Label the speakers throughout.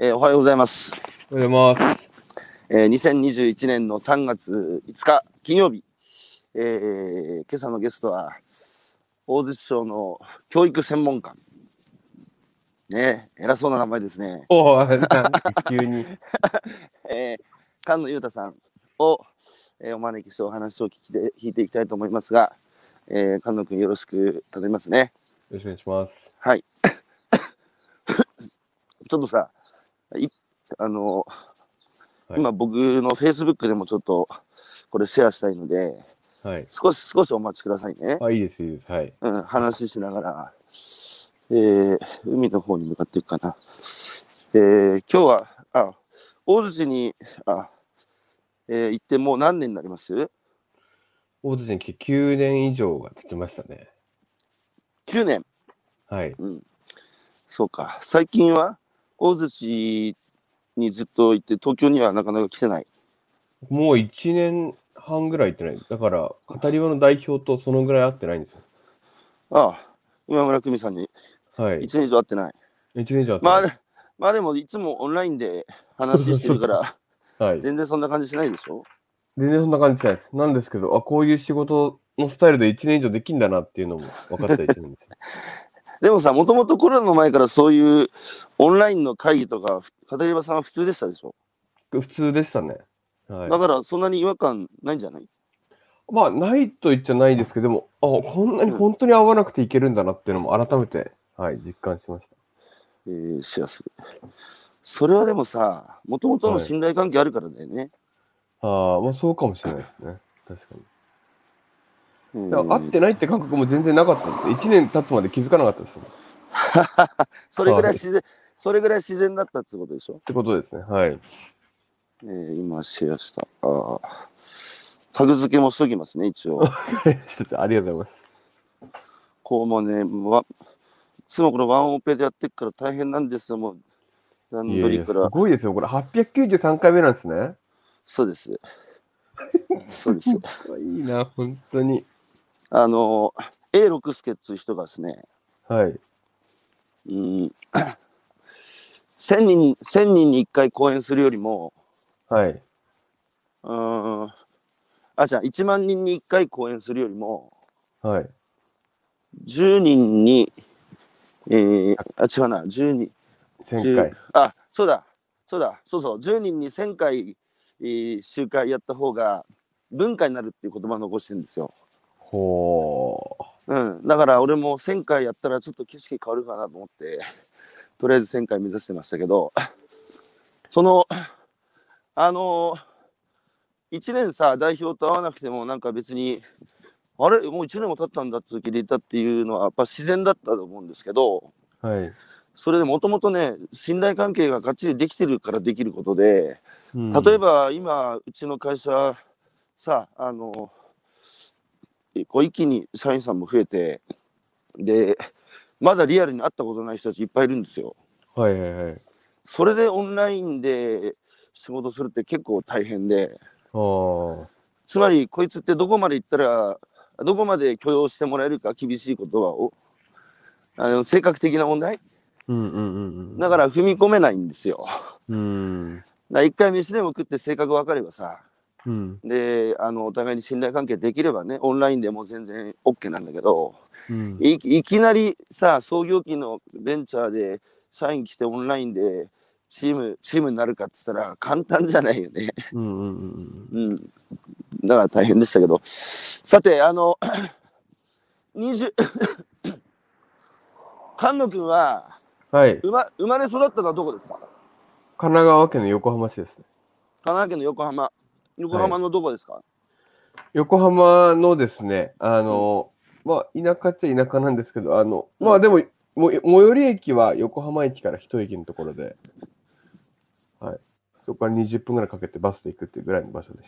Speaker 1: おはようございます。
Speaker 2: おはようございます。
Speaker 1: 2021年の3月5日金曜日、今朝のゲストは大槌町の教育専門官ね、偉そうな名前ですね。
Speaker 2: おお、なんか急に。
Speaker 1: 菅野裕太さんを、お招きしてお話を聞いていきたいと思いますが、菅野君よろしく頼みますね。
Speaker 2: よろしくお願いします。
Speaker 1: はい。ちょっとさ、今僕の Facebook でもちょっとこれシェアしたいので、
Speaker 2: はい、
Speaker 1: 少しお待ちくださいね。
Speaker 2: いいです、いいです。はい。
Speaker 1: 話しながら、海の方に向かっていくかな。今日は大槌に行ってもう何年になります？
Speaker 2: 大槌に来て9年以上が経ちましたね。
Speaker 1: 9年。
Speaker 2: はい。
Speaker 1: そうか。最近は大槌にずっと行って東京にはなかなか来てない。
Speaker 2: もう1年半ぐらい行ってない。だから語り場の代表とそのぐらい会ってないんですよ。
Speaker 1: 今村久美さんに
Speaker 2: 1
Speaker 1: 年以上会ってない。
Speaker 2: 1年以上会ってない。
Speaker 1: まあでもいつもオンラインで話してるから
Speaker 2: はい、
Speaker 1: 全然そんな感じしないでしょ？
Speaker 2: 全然そんな感じじゃないです。なんですけど、こういう仕事のスタイルで1年以上できんだなっていうのも分かった1年です。
Speaker 1: でもさ、もともとコロナの前からそういうオンラインの会議とか語り場さんは普通でしたでしょ？
Speaker 2: 普通でしたね。はい、
Speaker 1: だからそんなに違和感ないんじゃない？ま
Speaker 2: あないと言っちゃないですけど、でもこんなに本当に合わなくていけるんだなっていうのも改めて、実感しました。
Speaker 1: しやすい。それはでもさ、もともとの信頼関係あるからだよね。
Speaker 2: そうかもしれないですね。確かに。だから会ってないって感覚も全然なかったんです。1年経つまで気づかなかったですよ。
Speaker 1: それぐらい自然だったってことでしょ？
Speaker 2: ってことですね。はい。
Speaker 1: 今シェアした。タグ付けもしときますね、一応。
Speaker 2: ありがとうございます。
Speaker 1: こうもね、いつもこのワンオペでやってっから大変なんですよ、もう。段取りから。
Speaker 2: すごいですよ、これ893回目なんですね。
Speaker 1: そうです。そうです。
Speaker 2: いいな、本当に。
Speaker 1: A 六輔っていう人がですね、
Speaker 2: はい。
Speaker 1: 1000人に1回講演するよりも、
Speaker 2: はい。
Speaker 1: じゃあ1万人に1回講演するよりも、
Speaker 2: はい。
Speaker 1: 10人に、違うな、10人。
Speaker 2: 1000回。
Speaker 1: そう、10人に1000回、集会やった方が文化になるっていう言葉を残してるんですよ。だから俺も1000回やったらちょっと景色変わるかなと思って、とりあえず1000回目指してましたけど、1年さ、代表と会わなくてもなんか別に、もう1年も経ったんだっつう気でいたっていうのはやっぱ自然だったと思うんですけど、それでもともとね、信頼関係ががっちりできてるからできることで、例えば今うちの会社さ、一気に社員さんも増えて、でまだリアルに会ったことない人たちいっぱいいるんですよ。それでオンラインで仕事するって結構大変で、つまりこいつってどこまで行ったらどこまで許容してもらえるか、厳しい言葉を性格的な問題、だから踏み込めないんですよ。一回飯でも食って性格分かればさ、でお互いに信頼関係できればね、オンラインでも全然 OK なんだけど、いきなりさ、創業期のベンチャーで社員来てオンラインでチームになるかって言ったら簡単じゃないよね。だから大変でしたけど、さて菅野君は、生まれ育ったのはどこですか？
Speaker 2: 神奈川県の横浜市ですね。
Speaker 1: 神奈川県の横浜のどこですか？
Speaker 2: 横浜のですね、田舎っちゃ田舎なんですけど、でも最寄り駅は横浜駅から一駅のところで、そこから20分ぐらいかけてバスで行くっていうぐらいの場所でした。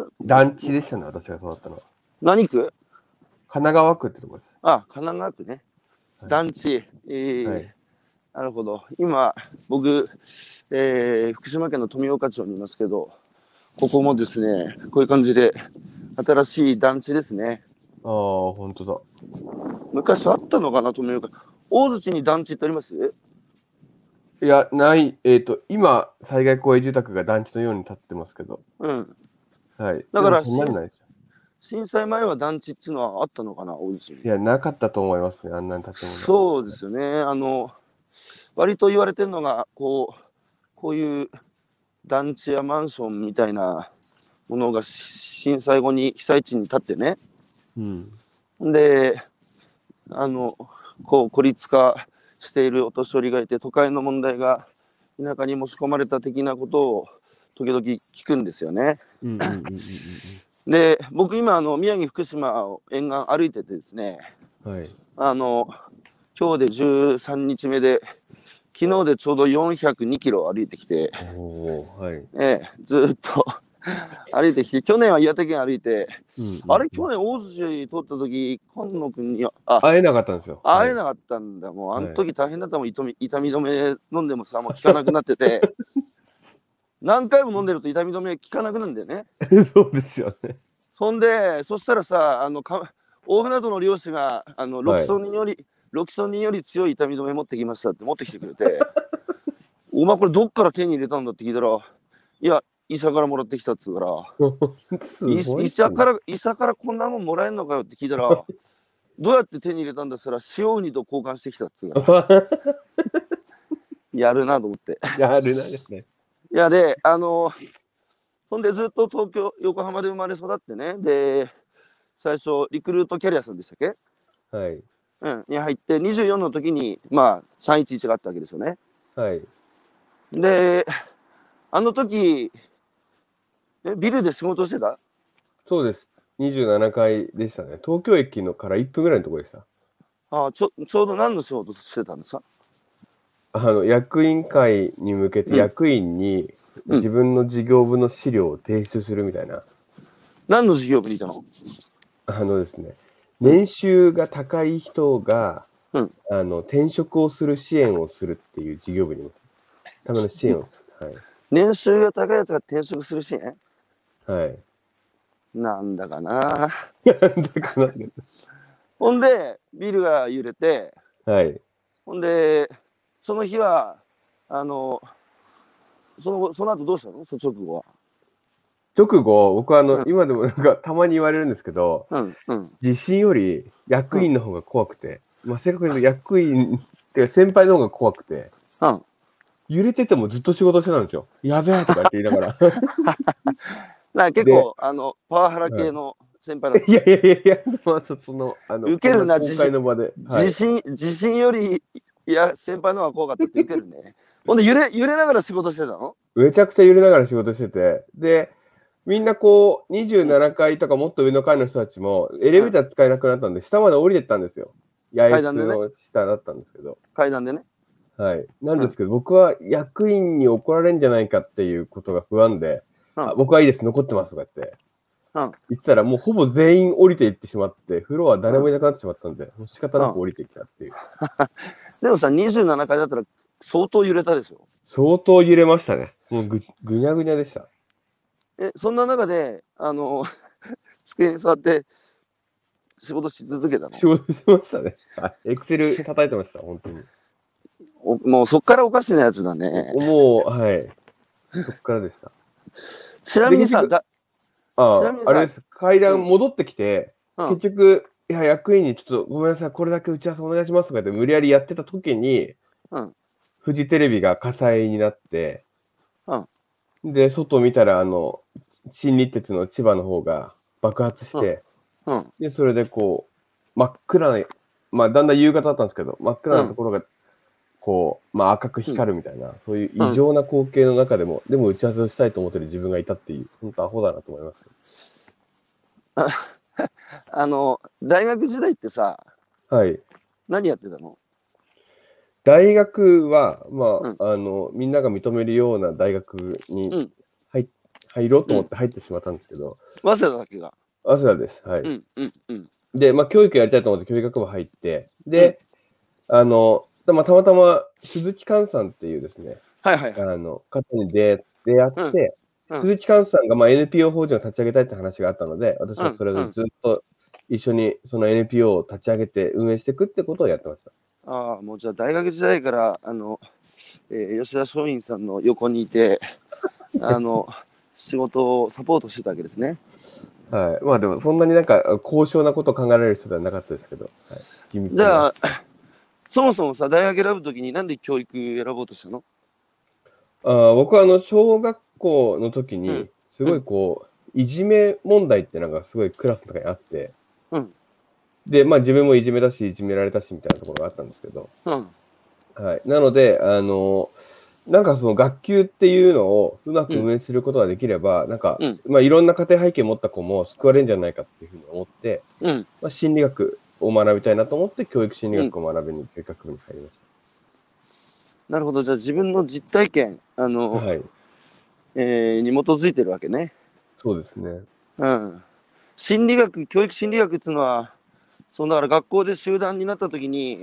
Speaker 2: 団地でしたね、私が育ったのは。
Speaker 1: 何区？
Speaker 2: 神奈川区ってとこです。
Speaker 1: 神奈川区ね。団地。なるほど。今、僕、福島県の富岡町にいますけど、ここもですね、こういう感じで、新しい団地ですね。
Speaker 2: 本当だ。
Speaker 1: 昔あったのかな、富岡。大槌に団地ってあります？
Speaker 2: いや、ない、今、災害公営住宅が団地のように建ってますけど。
Speaker 1: うん。
Speaker 2: はい。
Speaker 1: だから、
Speaker 2: そんなにないですよ。
Speaker 1: 震災前は団地っていうのはあったのかな、大地に。
Speaker 2: いや、なかったと思いますね、あんなに建物。
Speaker 1: そうですよね。割と言われてるのが、こういう団地やマンションみたいなものが震災後に被災地に建ってね。
Speaker 2: うん。
Speaker 1: で、孤立化しているお年寄りがいて、都会の問題が田舎に持ち込まれた的なことを時々聞くんですよね。で、僕今宮城福島を沿岸歩いててですね、
Speaker 2: はい、
Speaker 1: 今日で13日目で、昨日でちょうど402キロ歩いてきて、
Speaker 2: はい、
Speaker 1: ずっと歩いてきて、去年は岩手県歩いて、あれ去年大槌通った時、今野君に
Speaker 2: 会えなかったんですよ。
Speaker 1: 会えなかったんだ。もうあの時大変だったもん、痛み止め飲んでもさ、もう効かなくなってて、何回も飲んでると痛み止め効かなくなるんだよね。
Speaker 2: そうですよね。
Speaker 1: そしたらさ、大船渡の漁師がロキソニンより強い痛み止め持ってきましたって持ってきてくれて、お前これどっから手に入れたんだって聞いたら、いや、医者からもらってきたっつうから、医者からこんなもんもらえんのかよって聞いたら、どうやって手に入れたんだっつったら、塩ウニと交換してきたっつうから、やるなと思って。
Speaker 2: やるなですね。
Speaker 1: いや、で、そんでずっと横浜で生まれ育ってね、で、最初、リクルートキャリアさんでしたっけ？
Speaker 2: はい。
Speaker 1: に入って、24の時に、まあ、311があったわけですよね。
Speaker 2: はい。
Speaker 1: で、あの時、ビルで仕事してた？
Speaker 2: そうです。27階でしたね。東京駅のから1分ぐらいのところでした。
Speaker 1: ちょうど何の仕事してたんですか？
Speaker 2: 役員会に向けて役員に自分の事業部の資料を提出するみたいな。
Speaker 1: 何の事業部にいたの？
Speaker 2: ですね、年収が高い人が、転職をする支援をするっていう事業部にための支援をする。はい。
Speaker 1: 年収が高いやつが転職する支援？
Speaker 2: はい。
Speaker 1: なんだかな。なん
Speaker 2: だかな。
Speaker 1: ほんで、ビルが揺れて、
Speaker 2: はい。
Speaker 1: ほんで、その日は、その後どうしたの？その直後は。
Speaker 2: 直後、僕は今でもなんかたまに言われるんですけど、地震より役員の方が怖くて、正確に言うと役員って先輩の方が怖くて、揺れててもずっと仕事してたんですよ。やべえとかって言いながら。
Speaker 1: 結構、パワハラ系の先輩だった。
Speaker 2: いや、
Speaker 1: 受けるな、
Speaker 2: 公開の場で。
Speaker 1: 地震より、いや、先輩の方が怖かったって受けるね。ほんで、揺れながら仕事してたの？
Speaker 2: めちゃくちゃ揺れながら仕事してて、で、みんなこう、27階とかもっと上の階の人たちも、エレベーター使えなくなったんで、下まで降りてったんですよ。八重洲の下だったんですけど。
Speaker 1: 階段でね。
Speaker 2: はい。なんですけど、僕は役員に怒られるんじゃないかっていうことが不安で、僕はいいです、残ってますとか言って。言ったらもうほぼ全員降りていってしまって、フロア誰もいなくなってしまったんで、もう仕方なく降りてきたっていう。
Speaker 1: でもさ、27階だったら相当揺れたでしょ？
Speaker 2: 相当揺れましたね。もうぐにゃぐにゃでした。
Speaker 1: そんな中で、机に座って仕事し続けたの？
Speaker 2: 仕事しましたね。エクセル叩いてました、本当に。
Speaker 1: もうそっからおかしなやつだね。
Speaker 2: もう、はい。そっからでした。
Speaker 1: ちなみにさ、
Speaker 2: あれです。階段戻ってきて、結局、いや、役員にちょっとごめんなさい、これだけ打ち合わせお願いしますとかって無理やりやってた時に、フジテレビが火災になって、で、外見たら、新日鉄の千葉の方が爆発して、で、それでこう、真っ暗な、だんだん夕方だったんですけど、真っ暗なところが、こう、赤く光るみたいな、そういう異常な光景の中でも、でも打ち合わせをしたいと思ってる自分がいたっていう、本当アホだなと思います。
Speaker 1: 大学時代ってさ、
Speaker 2: はい。
Speaker 1: 何やってたの？
Speaker 2: 大学は、みんなが認めるような大学に入ろうと思って入ってしまったんですけど。
Speaker 1: 早稲田だけが。
Speaker 2: 早稲田です。はい。で、教育やりたいと思って教育学部入って、で、たまたま鈴木寛さんっていうですね、方に出会って、鈴木寛さんがNPO 法人を立ち上げたいって話があったので、私はそれでずっと一緒にその NPO を立ち上げて運営していくってことをやってました。
Speaker 1: ああ、もうじゃあ大学時代から吉田松陰さんの横にいて仕事をサポートしてたわけですね。
Speaker 2: はい。まあでもそんなになんか高尚なことを考えられる人ではなかったですけど。はい、
Speaker 1: じゃあそもそもさ、大学選ぶときになんで教育選ぼうとしたの？
Speaker 2: 僕は小学校の時にすごいこう、いじめ問題ってなんかすごいクラスの中にあって、うん、で、まあ自分もいじめだし、いじめられたしみたいなところがあったんですけど、うん、はい。なので、なんかその学級っていうのをうまく運営することができれば、なんか、まあいろんな家庭背景を持った子も救われるんじゃないかっていうふうに思って、まあ、心理学を学びたいなと思って、教育心理学を学びに計画部に入りました。
Speaker 1: なるほど。じゃあ自分の実体験、はい、に基づいてるわけね。
Speaker 2: そうですね。
Speaker 1: うん。心理学、教育心理学っていうのは、だから学校で集団になった時に、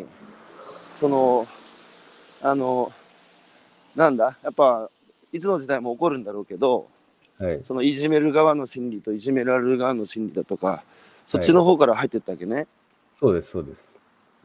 Speaker 1: なんだ、やっぱ、いつの時代も起こるんだろうけど、はい、いじめる側の心理といじめられる側の心理だとか、そっちの方から入ってったわけね。はい、
Speaker 2: そうです、そうです。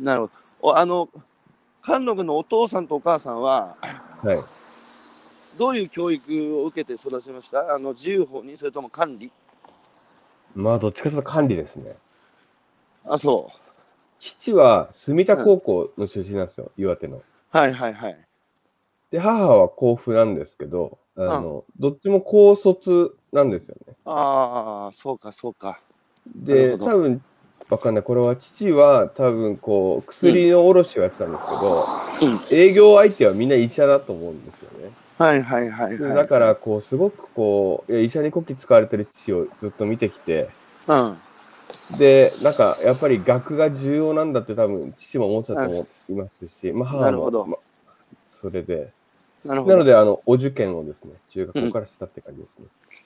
Speaker 1: なるほど。菅野君のお父さんとお母さんは、はい、どういう教育を受けて育ちました？自由法に、それとも管理？
Speaker 2: まあ、どっちかというと管理ですね。
Speaker 1: あ、そう。
Speaker 2: 父は住田高校の出身なんですよ、岩手の。
Speaker 1: はいはいはい。で、
Speaker 2: 母は甲府なんですけど、どっちも高卒なんですよね。
Speaker 1: ああ、そうかそうか。
Speaker 2: で、多分、わかんない。これは父は多分こう、薬の卸をやってたんですけど、営業相手はみんな医者だと思うんですよね。
Speaker 1: はいはいはいはい。
Speaker 2: だからこう、すごくこう、医者にこき使われてる父をずっと見てきて、で、なんかやっぱり学が重要なんだって多分父も思ってたと思いますし、まあ母も、まあ、それで。なので、お受験をですね、中学校からしたって感じですね。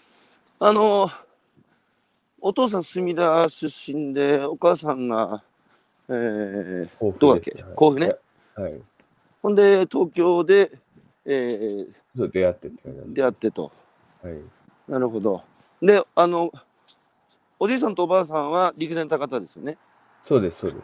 Speaker 1: お父さん墨田出身で、お母さんが、どこだっけ？甲府ね。はい。ほんで、東京で、
Speaker 2: 出会って
Speaker 1: と。はい。なるほど。で、おじいさんとおばあさんは陸前高田ですよね。
Speaker 2: そうです、そうです。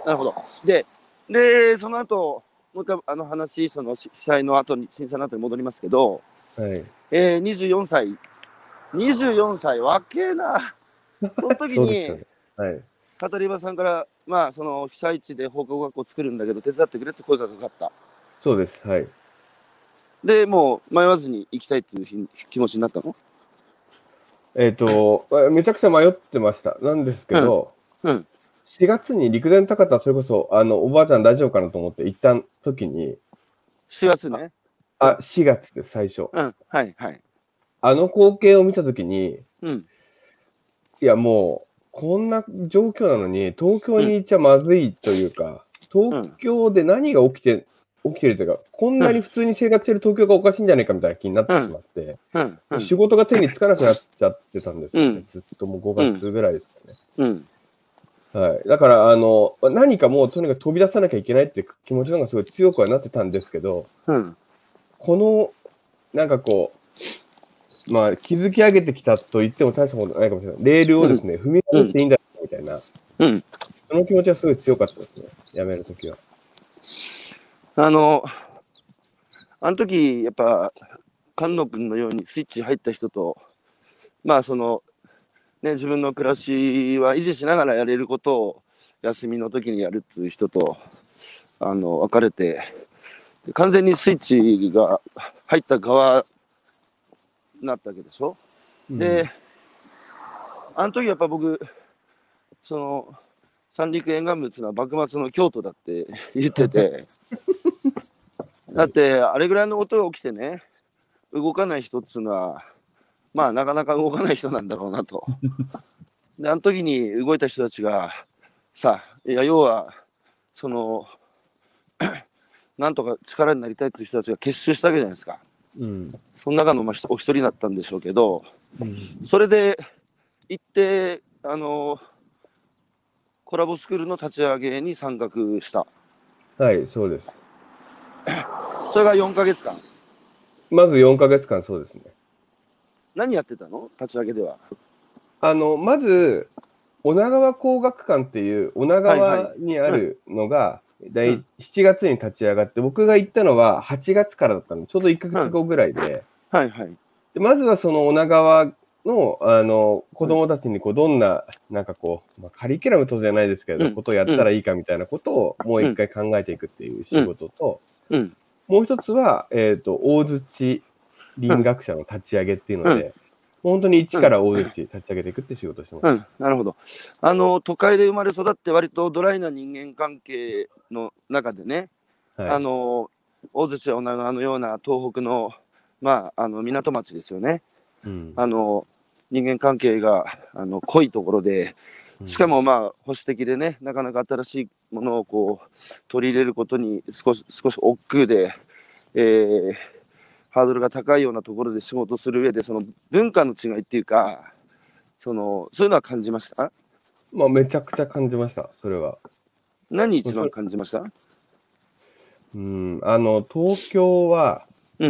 Speaker 1: なるほど。で、その後、もう一回話、その被災の後に、震災の後に戻りますけど、はい。24歳。24歳、若えな。その時に、はい。語り場さんから、まあ、その被災地で放課後学校作るんだけど、手伝ってくれって声がかかった。
Speaker 2: そうです、はい。
Speaker 1: で、もう迷わずに行きたいっていう気持ちになったの？
Speaker 2: めちゃくちゃ迷ってました。なんですけど、4月に陸前高田、それこそ、おばあちゃん大丈夫かなと思って行った時に、
Speaker 1: 4月ね。
Speaker 2: 4月です、最初。
Speaker 1: はいはい。
Speaker 2: 光景を見た時に、いやもう、こんな状況なのに、東京に行っちゃまずいというか、東京で何が起きてるというか、こんなに普通に生活してる東京がおかしいんじゃないかみたいな気になってしまって、仕事が手につかなくなっちゃってたんですよね。ずっともう5月ぐらいですかね。はい。だから、何かもうとにかく飛び出さなきゃいけないって気持ちの方がすごい強くはなってたんですけど、この、なんかこう、まあ、築き上げてきたと言っても大したことないかもしれない。レールをですね、踏み外していいんだみたいな、その気持ちはすごい強かったですね。辞めるときは。
Speaker 1: あの時、やっぱ、菅野君のようにスイッチ入った人と、まあ、自分の暮らしは維持しながらやれることを休みの時にやるっていう人と、分かれて、完全にスイッチが入った側になったわけでしょ。で、あの時やっぱ僕、三陸沿岸部っていうのは幕末の京都だって言ってて、だってあれぐらいの音が起きてね、動かない人っていうのは、まあなかなか動かない人なんだろうなと。で、あの時に動いた人たちが、さ、いや、要は、なんとか力になりたいっていう人たちが結集したわけじゃないですか。その中のお一人だったんでしょうけど、それで行って、コラボスクールの立ち上げに参画した。
Speaker 2: はい、そうです。
Speaker 1: それが4ヶ月間。
Speaker 2: まず4ヶ月間、そうですね。
Speaker 1: 何やってたの？立ち上げでは。
Speaker 2: まず、 女川工学館っていう女川にあるのが、7月に立ち上がって、僕が行ったのは8月からだったので、ちょうど1ヶ月後ぐらいで、でまずはその女川の、子供たちにどんな、なんかカリキュラムとじゃないですけど、ことをやったらいいかみたいなことをもう一回考えていくっていう仕事と、もう一つは、大槌林学者の立ち上げっていうので、本当に一から大槌立ち上げていくって仕事をしてます。
Speaker 1: なるほど。都会で生まれ育って割とドライな人間関係の中でね、大槌や女川のような東北の、港町ですよね。人間関係が濃いところで、しかも保守的でね、なかなか新しいものを取り入れることに少し億劫で、ハードルが高いようなところで仕事する上で、その文化の違いっていうか、そういうのは感じました？
Speaker 2: めちゃくちゃ感じました、それは。
Speaker 1: 何一番感じました？
Speaker 2: 東京は、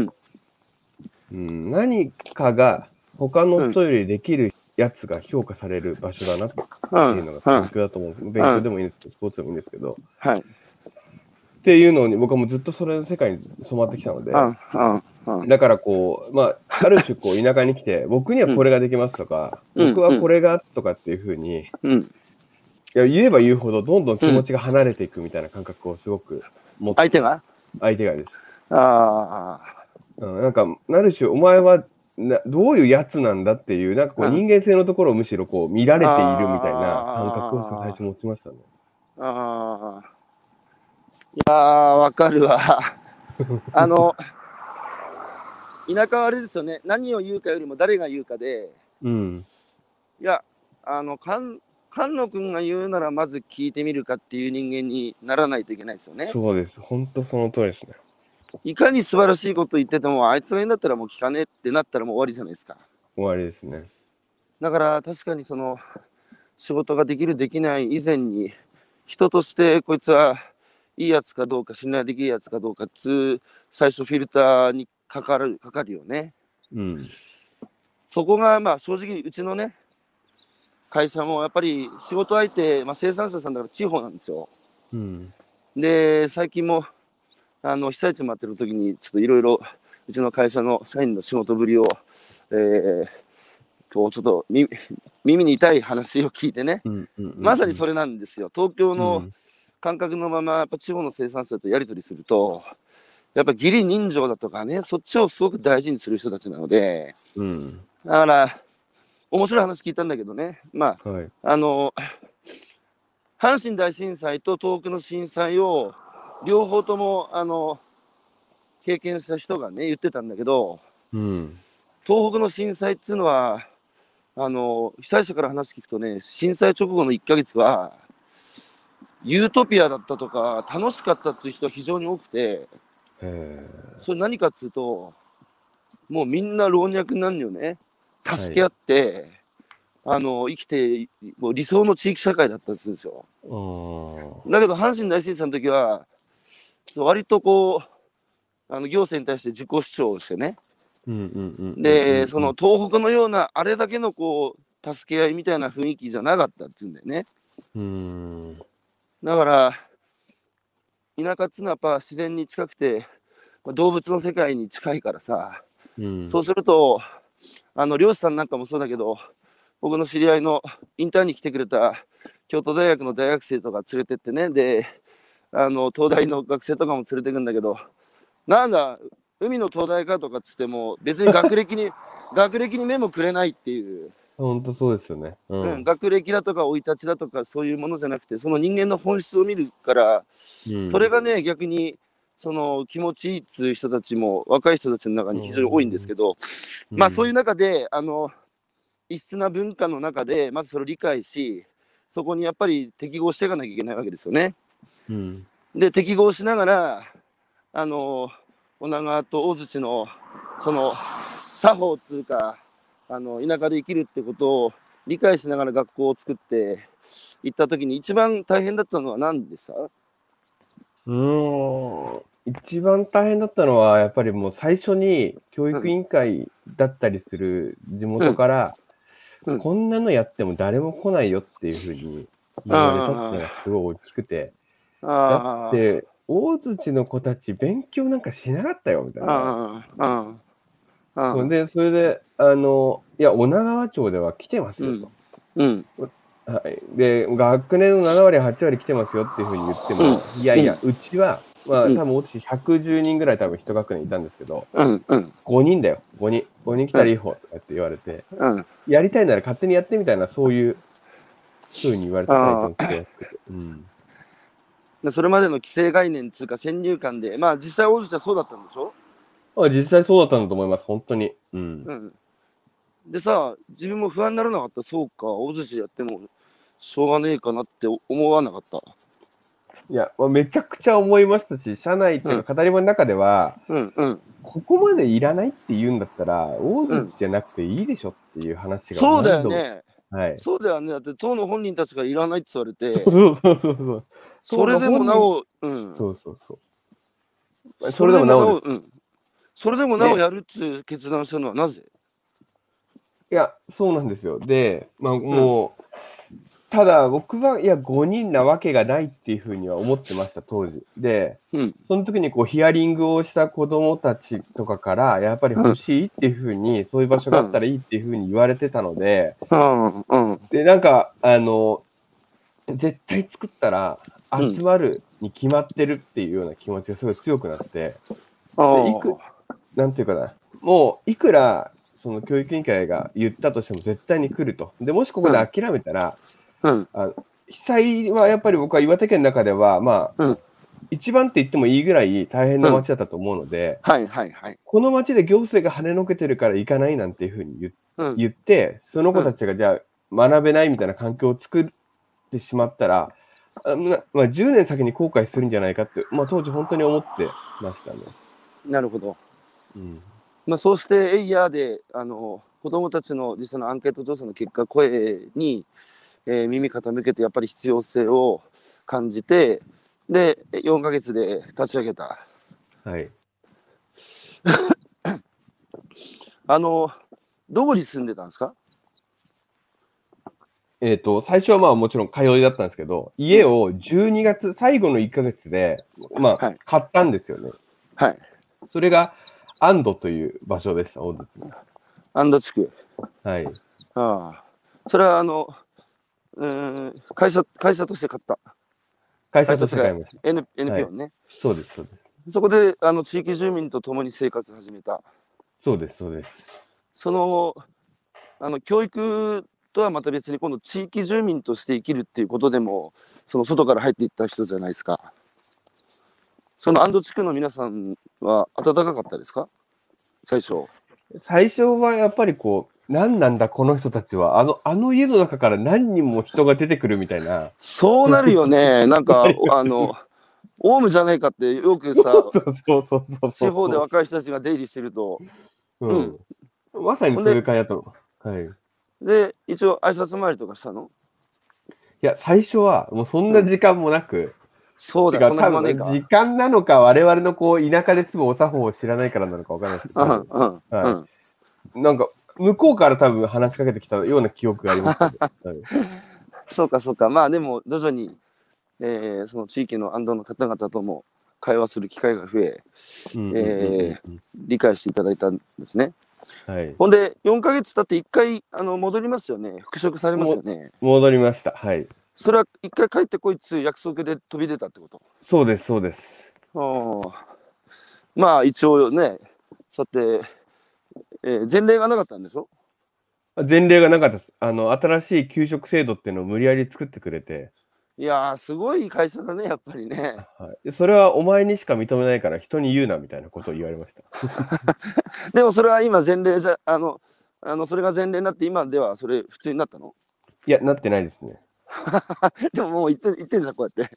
Speaker 2: 何かが他の人よりできるやつが評価される場所だなっていうのが東京だと思うんです。勉強でもいいんですけど、スポーツでもいいんですけど。っていうのに僕はもうずっとそれの世界に染まってきたので、だからある種田舎に来て、僕にはこれができますとか、僕はこれがとかっていうふうに、言えば言うほどどんどん気持ちが離れていくみたいな感覚をすごく持って。相手がです。なんか、ある種お前はどういうやつなんだっていう、なんか人間性のところをむしろ見られているみたいな感覚を最初持ちましたね。
Speaker 1: いやー、わかるわ。田舎はあれですよね。何を言うかよりも誰が言うかで。いや、菅野君が言うならまず聞いてみるかっていう人間にならないといけないですよね。
Speaker 2: そうです。本当その通りですね。
Speaker 1: いかに素晴らしいこと言ってても、あいつが言うんだったらもう聞かねえってなったらもう終わりじゃないですか。
Speaker 2: 終わりですね。
Speaker 1: だから確かに仕事ができるできない以前に、人としてこいつはいいやつかどうか、信頼できるやつかどうか最初フィルターにかかるよね。そこが正直うちのね、会社もやっぱり仕事相手、生産者さんだから地方なんですよ。で、最近も被災地待ってる時にちょっといろいろうちの会社の社員の仕事ぶりを、ちょっと耳に痛い話を聞いてね、まさにそれなんですよ。東京の感覚のままやっぱ地方の生産者とやり取りすると、やっぱ義理人情だとかね、そっちをすごく大事にする人たちなので、だから面白い話聞いたんだけどね、阪神大震災と東北の震災を両方とも経験した人がね言ってたんだけど、東北の震災っていうのは被災者から話聞くとね、震災直後の1ヶ月はユートピアだったとか楽しかったっていう人は非常に多くて、それ何かっていうと、もうみんな老若男女ね助け合って、生きてもう理想の地域社会だったんですよ。だけど阪神大震災の時は割と行政に対して自己主張をしてね、でその東北のようなあれだけの助け合いみたいな雰囲気じゃなかったっていうんだよね。だから田舎っつうのはやっぱ自然に近くて動物の世界に近いからさ、そうすると漁師さんなんかもそうだけど、僕の知り合いのインターンに来てくれた京都大学の大学生とか連れてってね、で東大の学生とかも連れてくんだけど、なんだ海の東大かとかっつっても別に学歴に目もくれないっていう。
Speaker 2: 本当そうですよね。
Speaker 1: 学歴だとか生い立ちだとかそういうものじゃなくて、その人間の本質を見るから、それがね逆に気持ちいいっつう人たちも若い人たちの中に非常に多いんですけど、そういう中で異質な文化の中でまずそれを理解し、そこにやっぱり適合していかなきゃいけないわけですよね。で適合しながら女川と大槌の作法つうか田舎で生きるってことを理解しながら学校を作って行った時に一番大変だったのは何でした？
Speaker 2: 一番大変だったのはやっぱりもう最初に教育委員会だったりする地元から、 こんなのやっても誰も来ないよっていうふうに言われたっていうのがすごい大きくて、だって、大槌の子たち勉強なんかしなかったよ、みたいな。で、それで、いや、女川町では来てますよと。はい。で、学年の7割、8割来てますよっていうふうに言っても、いやいや、うちは、まあ、多分、私110人ぐらい多分一学年いたんですけど、5人だよ、5人。5人来たらいい方とかって言われて、やりたいなら勝手にやってみたいな、そういうふうに言われてたりとかして。
Speaker 1: それまでの既成概念つうか先入観で、まあ実際大槌はそうだったんでしょ？
Speaker 2: 実際そうだったんだと思います、本当に。
Speaker 1: でさ、自分も不安にならなかった。そうか、大槌やってもしょうがねえかなって思わなかった。
Speaker 2: いや、めちゃくちゃ思いましたし、社内っていうか語り場の中では、ここまでいらないって言うんだったら、大槌じゃなくていいでしょっていう話が、
Speaker 1: そうだよね。
Speaker 2: はい、
Speaker 1: そうだよね。だって党の本人たちがいらないって言われて、
Speaker 2: そ
Speaker 1: れでもなお、
Speaker 2: それでもなお、
Speaker 1: それでもなおやるって決断したのはなぜ？
Speaker 2: いや、そうなんですよ。で、まあもう、ただ僕は、いや、5人なわけがないっていうふうには思ってました、当時。で、その時にこうヒアリングをした子供たちとかから、やっぱり欲しいっていうふうに、そういう場所があったらいいっていうふうに言われてたので、で、なんか、絶対作ったら集まるに決まってるっていうような気持ちがすごい強くなって、なんていうかな、もういくらその教育委員会が言ったとしても絶対に来ると。で、もしここで諦めたら、被災はやっぱり僕は岩手県の中では、まあ、一番って言ってもいいぐらい大変な町だったと思うので、この町で行政が跳ねのけてるから行かないなんていうふうに言って、その子たちがじゃあ学べないみたいな環境を作ってしまったら、まあ、10年先に後悔するんじゃないかって、まあ、当時本当に思ってましたね。
Speaker 1: なるほど。まあ、そうしてエイヤーで子どもたちの実際のアンケート調査の結果、声に、耳傾けてやっぱり必要性を感じて、で4ヶ月で立ち上げた。
Speaker 2: はい。
Speaker 1: どこに住んでたんですか？
Speaker 2: 最初はまあもちろん通いだったんですけど、家を12月、最後の1ヶ月で、まあ、買ったんですよね。
Speaker 1: はい。
Speaker 2: それが、安堵という場所でした、大槌の。
Speaker 1: 安堵地区。
Speaker 2: はい。
Speaker 1: それは会社として買った。
Speaker 2: 会社として買いました。
Speaker 1: NPO ね。
Speaker 2: そうです、そうです。
Speaker 1: そこで地域住民と共に生活を始めた。
Speaker 2: そうです、そうです。
Speaker 1: その教育とはまた別に今度地域住民として生きるっていうことでもその外から入っていった人じゃないですか。その安堵地区の皆さんは温かかったですか？最初
Speaker 2: はやっぱりこう何なんだこの人たちはあの家の中から何人も人が出てくるみたいな。
Speaker 1: そうなるよね。なんかオウムじゃないかってよくさ地方で若い人たちが出入りしてると、
Speaker 2: まさにそういう感じだと思う。はい。
Speaker 1: で一応挨拶回りとかしたの？
Speaker 2: いや最初はもうそんな時間もなく、
Speaker 1: そうだ、そんな暇ねえか。
Speaker 2: 時間なのか我々のこう田舎で住むお作法を知らないからなのかわからないですけど、なんか向こうから多分話しかけてきたような記憶があります。
Speaker 1: そうかそうか。まあでも徐々に、その地域の安堵の方々とも会話する機会が増え、理解していただいたんですね。
Speaker 2: はい、
Speaker 1: ほんで4ヶ月経って1回戻りますよね。復職されますよね。
Speaker 2: 戻りました。はい。
Speaker 1: それは1回帰ってこいつ約束で飛び出たってこと？
Speaker 2: そうです、そうです。
Speaker 1: まあ一応ね、そうやって、前例がなかったんでしょ？
Speaker 2: 前例がなかったです。新しい給食制度っていうのを無理やり作ってくれて。
Speaker 1: いやー、すごい会社だね、やっぱりね。
Speaker 2: はい、それはお前にしか認めないから人に言うなみたいなことを言われました。
Speaker 1: でもそれは今前例じゃ、それが前例になって今ではそれ普通になったの？
Speaker 2: いや、なってないですね。
Speaker 1: でももう言ってんじゃん、こうやって。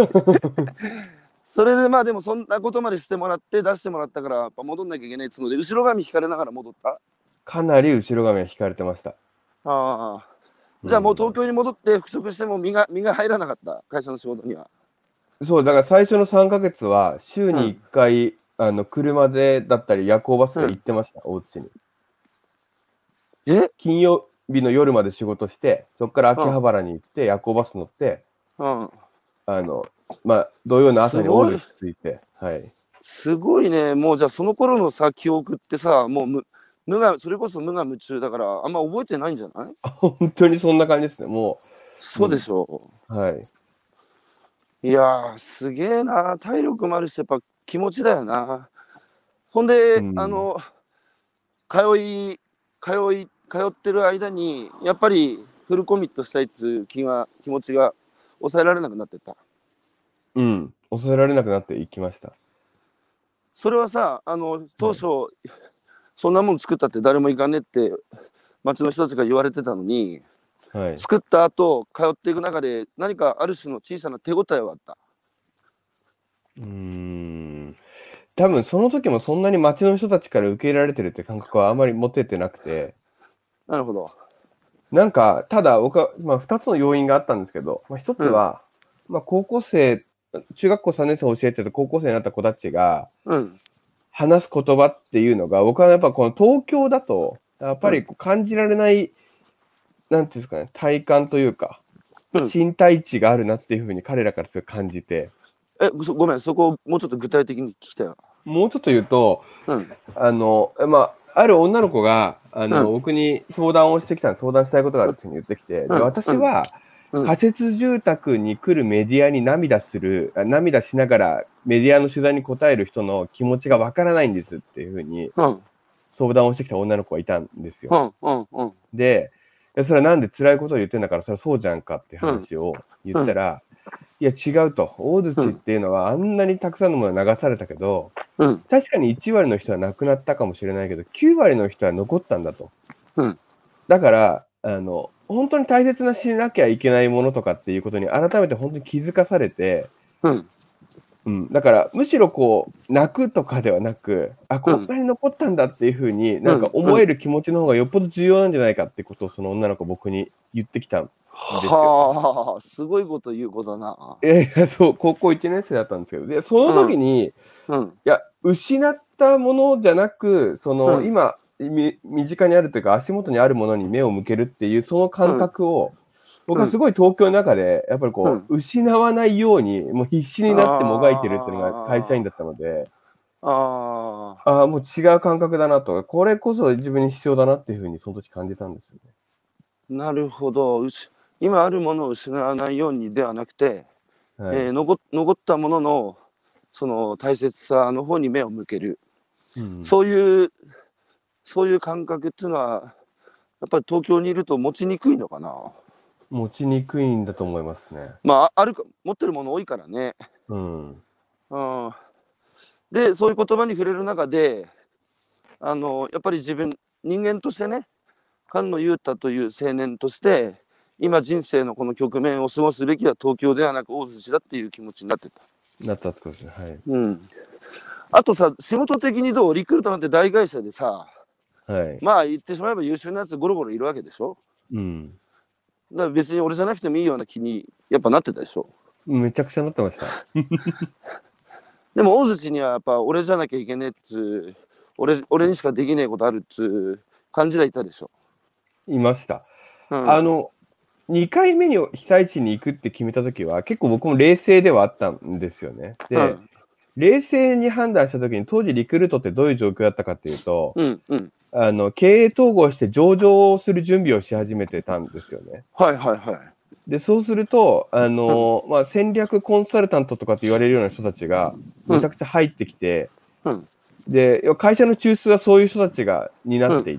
Speaker 1: それでまあでもそんなことまでしてもらって出してもらったからやっぱ戻んなきゃいけないっつうので後ろ髪引かれながら戻った？
Speaker 2: かなり後ろ髪は引かれてました。
Speaker 1: じゃあもう東京に戻って復職しても身が入らなかった、会社の仕事には。
Speaker 2: そうだから最初の3ヶ月は週に1回、車でだったり夜行バスで行ってました、大津市に。
Speaker 1: 金曜
Speaker 2: 日の夜まで仕事して、そこから秋葉原に行って、夜行バス乗って、まあ、土曜の朝にオールついて、はい。
Speaker 1: すごいね。もうじゃあその頃のさ、記憶ってさ、もうそれこそ無我夢中だから、あんま覚えてないんじゃない？
Speaker 2: 本当にそんな感じですね、もう。
Speaker 1: そうでしょ
Speaker 2: う。はい。
Speaker 1: いやー、すげえな。体力もあるし、やっぱ気持ちだよな。ほんで、通ってる間に、やっぱりフルコミットしたいっていう気持ちが抑えられなくなってた。
Speaker 2: うん、抑えられなくなっていきました。
Speaker 1: それはさ、当初、そんなもん作ったって誰も行かねえって町の人たちが言われてたのに、はい、作った後通っていく中で何かある種の小さな手応えはあった？
Speaker 2: 多分その時もそんなに町の人たちから受け入れられてるって感覚はあまり持ててなくて。
Speaker 1: なるほど。
Speaker 2: なんか、ただ僕は、2つの要因があったんですけど、1つは、高校生、中学校3年生を教えてる高校生になった子たちが、話す言葉っていうのが、僕はやっぱこの東京だと、やっぱり感じられない、なんていうんですかね、体感というか、身体値があるなっていうふうに彼らから感じて。
Speaker 1: ごめん、そこをもうちょっと具体的に聞きたいわ。
Speaker 2: もうちょっと言うと、ある女の子が、僕に相談をしてきた相談したいことがあるっていうふうに言ってきて、で、私は、仮設住宅に来るメディアに涙しながらメディアの取材に答える人の気持ちがわからないんですっていうふうに相談をしてきた女の子がいたんですよ。で、それはなんで辛いことを言ってんだから、それはそうじゃんかって話を言ったら、いや違うと。大槌っていうのはあんなにたくさんのものが流されたけど、確かに1割の人は亡くなったかもしれないけど、9割の人は残ったんだと。だから、本当に大切なしなきゃいけないものとかっていうことに改めて本当に気づかされて、だからむしろこう泣くとかではなく、こんなに残ったんだっていうふうになんか思える気持ちの方がよっぽど重要なんじゃないかってことをその女の子僕に言ってきたんですよ。
Speaker 1: はあ、すごいこと言う子だな。
Speaker 2: そう、高校1年生だったんですけど、で、その時に、いや、失ったものじゃなく、今、身近にあるというか、足元にあるものに目を向けるっていう、その感覚を、僕はすごい東京の中で、やっぱりこう、失わないように、もう必死になってもがいてるっていうのが会社員だったので、もう違う感覚だなと、これこそ自分に必要だなっていうふうにその時感じたんですよ
Speaker 1: ね。なるほど。今あるものを失わないようにではなくて、残ったもののその大切さの方に目を向ける、そういう感覚っていうのはやっぱり東京にいると持ちにくいのかな。
Speaker 2: 持ちにくいんだと思いますね。
Speaker 1: 持ってるもの多いからね。でそういう言葉に触れる中でやっぱり人間としてね、菅野雄太という青年として今人生のこの局面を過ごすべきは東京ではなく大槌だっていう気持ちになってた。
Speaker 2: なったってことですね。はい。
Speaker 1: あとさ、仕事的にどう？リクルートなんて大会社でさ、まあ言ってしまえば優秀なやつゴロゴロいるわけでしょ。だから別に俺じゃなくてもいいような気にやっぱなってたでしょ。
Speaker 2: めちゃくちゃなってました。
Speaker 1: でも大槌にはやっぱ俺じゃなきゃいけねえっつう、俺にしかできねえことあるっつう感じでいたでしょ。
Speaker 2: いました。2回目に被災地に行くって決めたときは、結構僕も冷静ではあったんですよね。で、冷静に判断したときに、当時リクルートってどういう状況だったかっていうと、経営統合して上場する準備をし始めてたんですよね。で、そうすると、戦略コンサルタントとかって言われるような人たちが、めちゃくちゃ入ってきて、で、会社の中枢はそういう人たちが担っていって、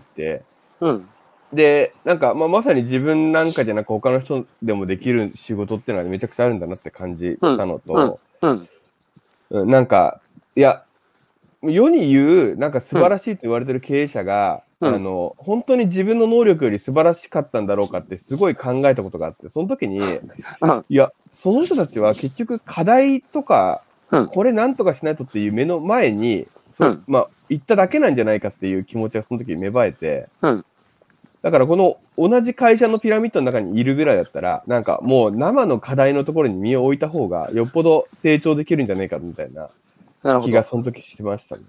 Speaker 2: で、なんか、まさに自分なんかじゃなく他の人でもできる仕事っていうのはめちゃくちゃあるんだなって感じたのと、なんか、いや、世に言う、なんか素晴らしいと言われてる経営者が、本当に自分の能力より素晴らしかったんだろうかってすごい考えたことがあって、その時に、いや、その人たちは結局課題とか、これなんとかしないとっていう目の前に、言っただけなんじゃないかっていう気持ちがその時に芽生えて、だからこの同じ会社のピラミッドの中にいるぐらいだったら、なんかもう生の課題のところに身を置いた方がよっぽど成長できるんじゃないかみたいな気がその時しましたね。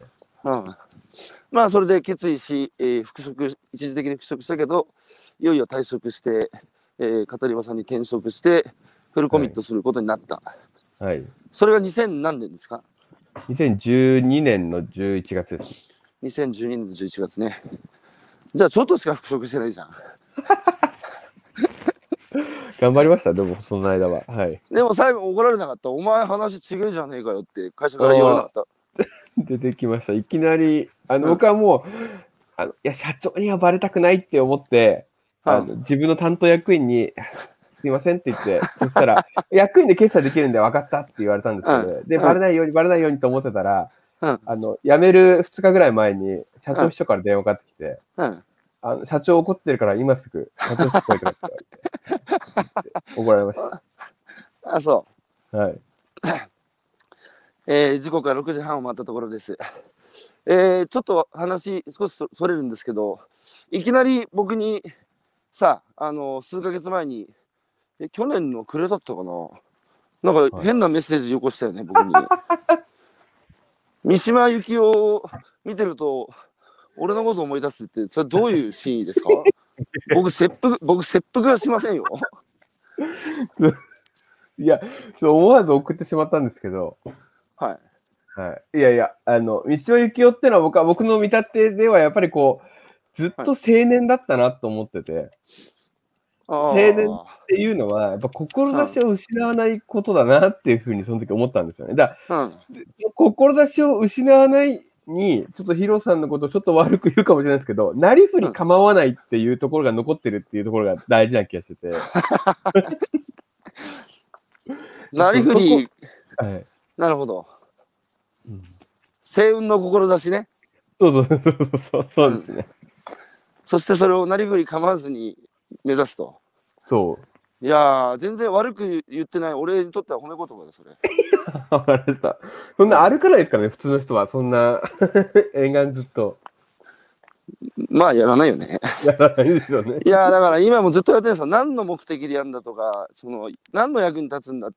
Speaker 1: まあそれで決意し、復職、一時的に復職したけど、いよいよ退職して、語り場さんに転職して、フルコミットすることになった。
Speaker 2: はい。
Speaker 1: それが2000何年ですか？
Speaker 2: 2012年の11月です。
Speaker 1: 2012年の11月ね。じゃあちょっとしか復職してないじゃん。
Speaker 2: 頑張りました、でもその間は。はい。
Speaker 1: でも最後怒られなかった。お前話違えじゃねえかよって会社から言われなかった。
Speaker 2: 出てきました。いきなり、僕はもう、いや、社長にはバレたくないって思って、自分の担当役員に、すいませんって言って、そしたら、役員で決済できるんで分かったって言われたんですけど、で、バレないようにと思ってたら、辞める2日ぐらい前に、社長秘書から電話かかってきて、社長怒ってるから今すぐ、社長室来いとかって怒られました。
Speaker 1: あ、そう。
Speaker 2: はい。
Speaker 1: 時刻は6時半を回ったところです。ちょっと話少しそれるんですけど、いきなり僕にさ、数ヶ月前に、去年の暮れだったかな、なんか変なメッセージよこしたよね、僕に。三島由紀夫を見てると、俺のこと思い出すって、それどういうシーンですか？僕切腹はしませんよ。
Speaker 2: いや、思わず送ってしまったんですけど、
Speaker 1: はい。
Speaker 2: はい。いやいや、三島由紀夫ってのは僕の見立てではやっぱりこう、ずっと青年だったなと思ってて、青年っていうのは、やっぱ志を失わないことだなっていうふうにその時思ったんですよね。だから、志を失わないに、ちょっとヒロさんのことをちょっと悪く言うかもしれないですけど、なりふり構わないっていうところが残ってるっていうところが大事な気がしてて。
Speaker 1: なりふり、はい、なるほど。星雲の志ね。
Speaker 2: そうですね。
Speaker 1: そしてそれをなりふり構わずに目指すと。
Speaker 2: そう。
Speaker 1: いやー、全然悪く言ってない。俺にとっては褒め言葉だ、それ。
Speaker 2: わかりました。そんな歩かないですからね、普通の人は。そんな、沿岸ずっと。
Speaker 1: まあ、やらないよね。
Speaker 2: やらないですよね。
Speaker 1: いや、だから今もずっとやってるんですよ。何の目的でやるんだとか、何の役に立つんだって、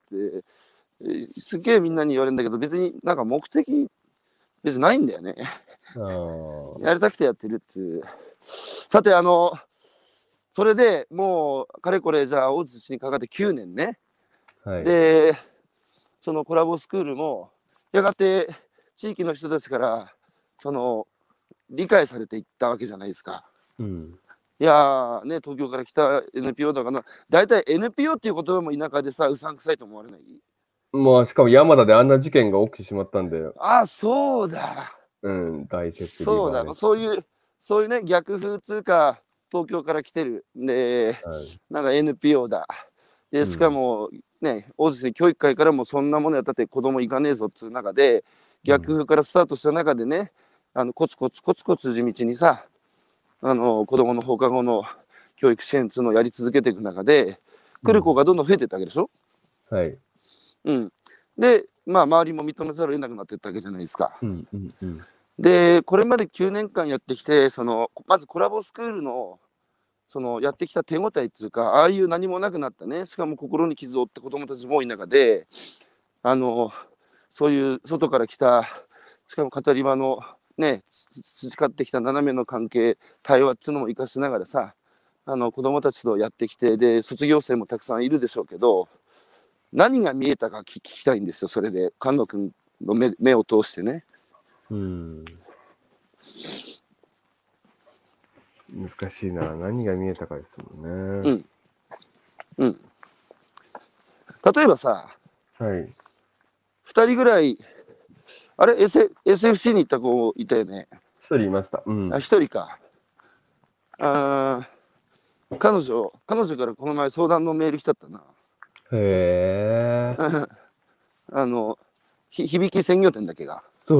Speaker 1: すっげえみんなに言われるんだけど、別になんか目的、別にないんだよね。やりたくてやってるっつう。さて、それでもう、かれこれ、じゃあ、大津にかかって9年ね。はい、で、そのコラボスクールも、やがて地域の人たちから、理解されていったわけじゃないですか。いやーね、東京から来た NPO だから、大体 NPO っていう言葉も田舎でさ、うさんくさいと思われない？
Speaker 2: まあ、しかも山田であんな事件が起きてしまったんで。
Speaker 1: あ、そうだ。
Speaker 2: 大設
Speaker 1: 備。そうだ、そういうね、逆風通貨、東京から来てる。で、なんか NPO だ。で、しかも、ね、大津教育会からもそんなものやったって子供行かねえぞっていう中で、逆風からスタートした中でね、コツコツ地道にさ、子供の放課後の教育支援っていうのをやり続けていく中で、来る子がどんどん増えていったわけでしょ？
Speaker 2: はい。
Speaker 1: で、まあ、周りも認めざるを得なくなっていったわけじゃないですか。で、これまで9年間やってきて、まずコラボスクールの、やってきた手応えっていうか、ああいう何もなくなったね、しかも心に傷を負って子供たちも多い中で、そういう外から来た、しかも語り場のね、培ってきた斜めの関係、対話っていうのも生かしながらさ、子供たちとやってきて、で、卒業生もたくさんいるでしょうけど、何が見えたか聞きたいんですよ、それで。菅野君の目を通してね。
Speaker 2: 難しいな。何が見えたかですもんね。
Speaker 1: 例えばさ、
Speaker 2: はい。
Speaker 1: 2人ぐらい、あれ、SFC に行った子いたよね。
Speaker 2: 1人いました。
Speaker 1: 1人か。彼女からこの前相談のメール来ちゃったな。
Speaker 2: へ
Speaker 1: え。響き鮮魚店だけが。
Speaker 2: そう。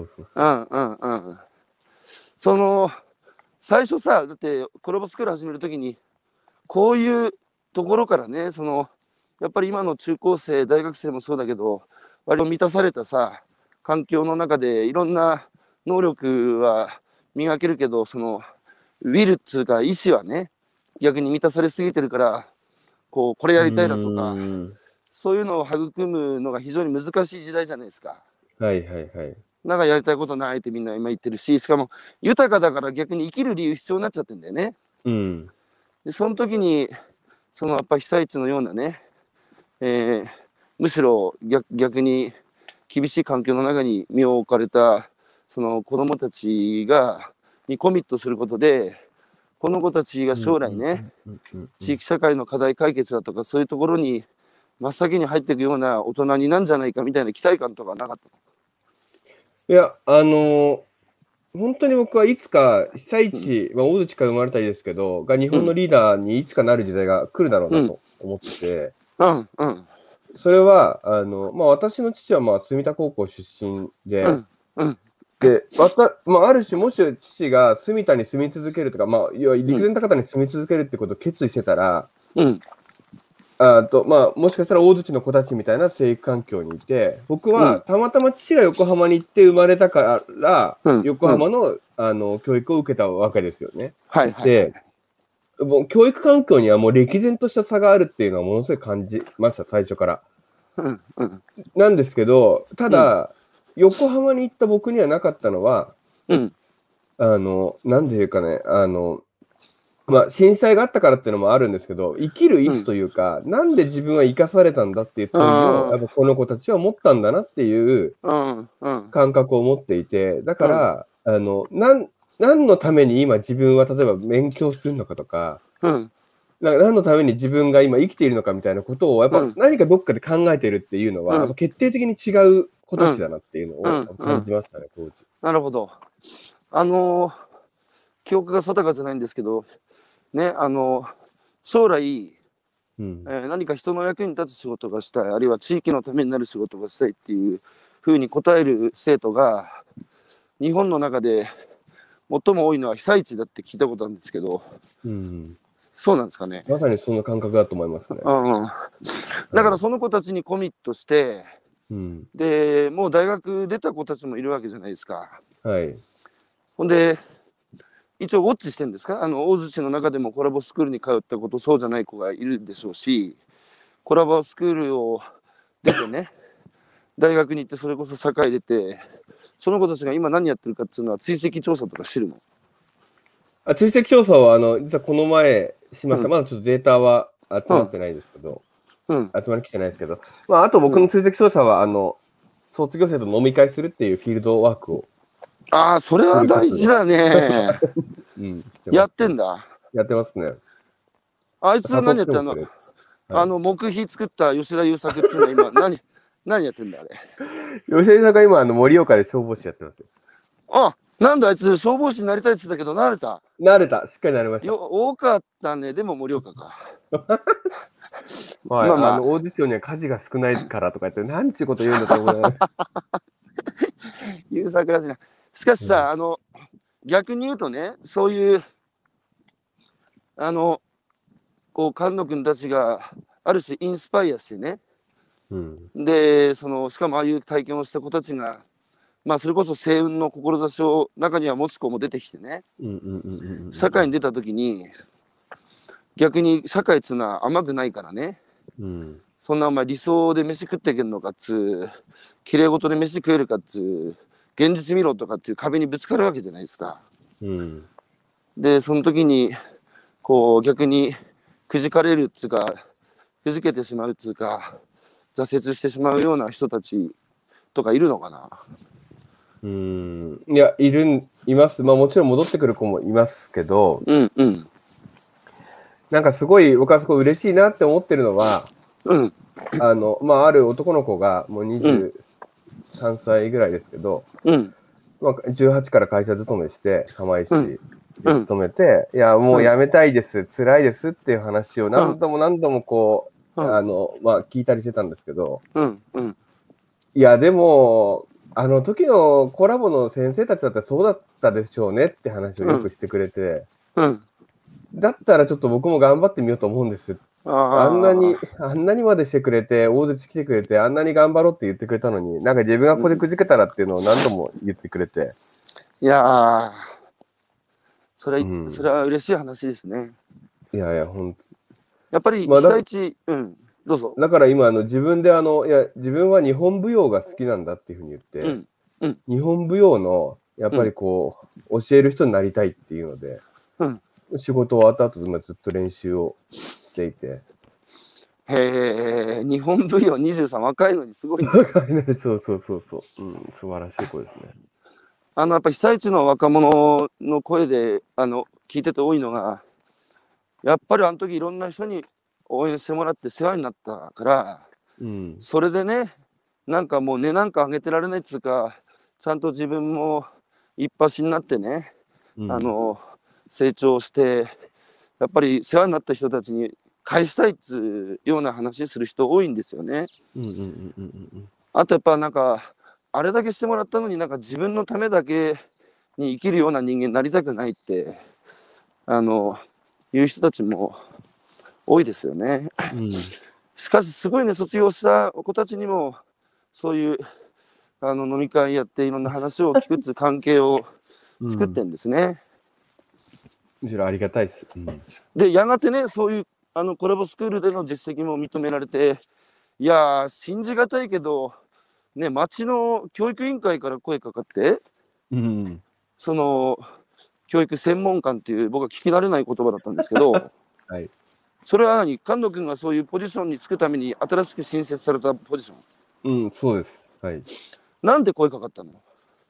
Speaker 1: 最初さ、だってコラボスクール始めるときに、こういうところからね、やっぱり今の中高生、大学生もそうだけど、割と満たされたさ、環境の中でいろんな能力は磨けるけど、ウィルっつうか意志はね、逆に満たされすぎてるから、これやりたいだとか、そういうのを育むのが非常に難しい時代じゃないですか。
Speaker 2: はいはいはい。
Speaker 1: なんかやりたいことないってみんな今言ってるし、しかも豊かだから逆に生きる理由必要になっちゃってんだよね。
Speaker 2: うん。
Speaker 1: で、その時に、そのやっぱ被災地のようなね、むしろ逆に厳しい環境の中に身を置かれたその子どもたちにコミットすることで、この子たちが将来ね、地域社会の課題解決だとかそういうところに真っ先に入っていくような大人になんじゃないかみたいな期待感とかなかった
Speaker 2: の？いや、本当に僕はいつか被災地、大槌から生まれたりですけど、が日本のリーダーにいつかなる時代が来るだろうなと思ってて、それは、私の父は住田高校出身で、で、ある種、もし父が住田に住み続けるとか、要は陸前高田に住み続けるってことを決意してたら、もしかしたら大槌の子たちみたいな生育環境にいて、僕はたまたま父が横浜に行って生まれたから、横浜の、教育を受けたわけですよね。で、もう教育環境にはもう歴然とした差があるっていうのはものすごい感じました、最初から。なんですけど、ただ、横浜に行った僕にはなかったのは、なんていうかね、震災があったからっていうのもあるんですけど、生きる意志というか、なんで自分は生かされたんだっていう問いを、やっぱこの子たちは持ったんだなっていう感覚を持っていて、だから、何のために今自分は例えば勉強するのかとか、何のために自分が今生きているのかみたいなことを、やっぱ何かどっかで考えているっていうのは、決定的に違う子たちだなっていうのを感じましたね、当時。
Speaker 1: なるほど。記憶が定かじゃないんですけど、ね、将来、何か人の役に立つ仕事がしたい、あるいは地域のためになる仕事がしたいっていうふうに答える生徒が、日本の中で最も多いのは被災地だって聞いたことあるんですけど、そうなんですかね。
Speaker 2: まさにその感覚だと思いますね。
Speaker 1: だからその子たちにコミットして、で、もう大学出た子たちもいるわけじゃないですか。ほんで、一応ウォッチしてるんですか？大槌の中でもコラボスクールに通った子とそうじゃない子がいるでしょうし、コラボスクールを出てね、大学に行ってそれこそ社会出て、その子たちが今何やってるかっていうのは追跡調査とかしてるの？
Speaker 2: 追跡調査は実はこの前しました。まだちょっとデータは集まってないですけど、集まりきてないですけど、あと僕の追跡調査は、卒業生と飲み会するっていうフィールドワークを。
Speaker 1: それは大事だね。やってんだ。
Speaker 2: やってますね。
Speaker 1: あいつは何やってんの？木碑作った吉田優作っていうのは今何やってんだあれ。
Speaker 2: 吉田優作が今盛岡で消防士やってますよ。
Speaker 1: なんだあいつ消防士になりたいって言ってたけど慣れた。
Speaker 2: しっかりなりました。
Speaker 1: 多かったね。でも盛岡か。
Speaker 2: オーディションには家事が少ないからとか言って、なんちゅうこと言うんだと思う。
Speaker 1: 優作らしいな。しかしさ、逆に言うとね、そういう菅野君たちがある種インスパイアしてね、でしかもああいう体験をした子たちが、それこそ星雲の志を中には持つ子も出てきてね、社会に出た時に逆に社会っつうのは甘くないからね、そんなお前理想で飯食っていけんのかっつう、きれい事で飯食えるかっつう、現実見ろとかっていう壁にぶつかるわけじゃないですか。でその時に逆にくじかれるっつうか、くじけてしまうっつうか、挫折してしまうような人たちとかいるのかな？
Speaker 2: いや、います。もちろん戻ってくる子もいますけど、なんかすごい僕はすごい嬉しいなって思ってるのは、ある男の子がもう23歳ぐらいですけど、18から会社勤めして釜石で勤めて、いやもう辞めたいです、辛いですっていう話を何度も聞いたりしてたんですけど、いやでもあの時のコラボの先生たちだったらそうだったでしょうねって話をよくしてくれて、だったらちょっと僕も頑張ってみようと思うんです。あんなにまでしてくれて、大槌来てくれて、あんなに頑張ろうって言ってくれたのに、なんか自分がここでくじけたらっていうのを何度も言ってくれて。
Speaker 1: いやー、それは嬉しい話ですね。
Speaker 2: いやいや、ほんと。
Speaker 1: やっぱり被災地、どうぞ。
Speaker 2: だから今、自分で自分は日本舞踊が好きなんだっていうふうに言って、日本舞踊の、やっぱりこう、教える人になりたいっていうので、仕事終わった後、ずっと練習をしていて。
Speaker 1: へえ、日本舞踊23、若いのにすごいね。
Speaker 2: 若いね、そうそうそうそう。素晴らしい子ですね。
Speaker 1: やっぱり被災地の若者の声で、聞いてて多いのが、やっぱりあの時いろんな人に応援してもらって世話になったから、それでね、なんかもう値なんか上げてられないっつうか、ちゃんと自分も一発になってね、成長して、やっぱり世話になった人たちに返したいっつうような話する人多いんですよね。あとやっぱなんか、あれだけしてもらったのになんか自分のためだけに生きるような人間になりたくないって、いう人たちも多いですよね。しかしすごいね、卒業した子たちにもそういう飲み会やっていろんな話を聞くっていう関係を作ってんですね。
Speaker 2: むしろありがたいです。
Speaker 1: で、やがてね、そういうコラボスクールでの実績も認められて、いやー、信じがたいけど、ね、町の教育委員会から声かかって、その教育専門官っていう僕は聞き慣れない言葉だったんですけど、それは何、菅野君がそういうポジションに就くために新しく新設されたポジション？
Speaker 2: そうです。はい。
Speaker 1: なんで声かかったの？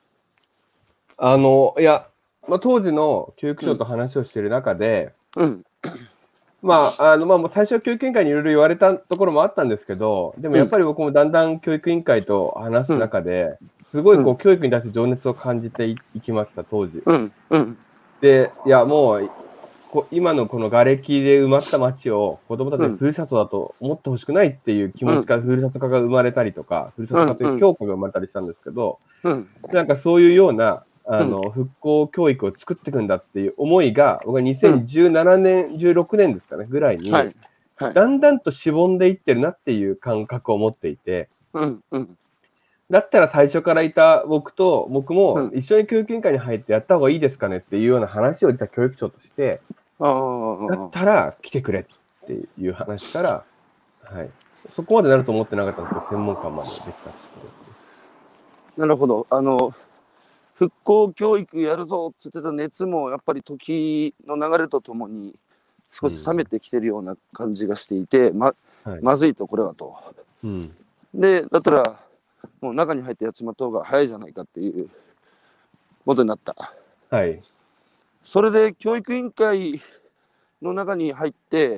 Speaker 2: いや、当時の教育長と話をしている中で、最初は教育委員会にいろいろ言われたところもあったんですけど、でもやっぱり僕もだんだん教育委員会と話す中で、すごいこう、教育に対して情熱を感じていきました、当時。で、いや、もう、今のこの瓦礫で埋まった町を子供たちのふるさとだと思ってほしくないっていう気持ちからふるさと化が生まれたりとか、ふるさと化という教科が生まれたりしたんですけど、なんかそういうような、復興教育を作っていくんだっていう思いが、僕は2017年、16年ですかね、ぐらいに、だんだんとしぼんでいってるなっていう感覚を持っていて、だったら最初からいた僕も一緒に教育委員会に入ってやった方がいいですかねっていうような話を実は教育長として、だったら来てくれっていう話から、そこまでなると思ってなかったんですけど、専門官まででき
Speaker 1: た。なるほど。復興教育やるぞって言ってた熱もやっぱり時の流れとともに少し冷めてきてるような感じがしていて、まずいとこれはと。で、だったらもう中に入ってやっちまった方が早いじゃないかっていうことになった。それで教育委員会の中に入って、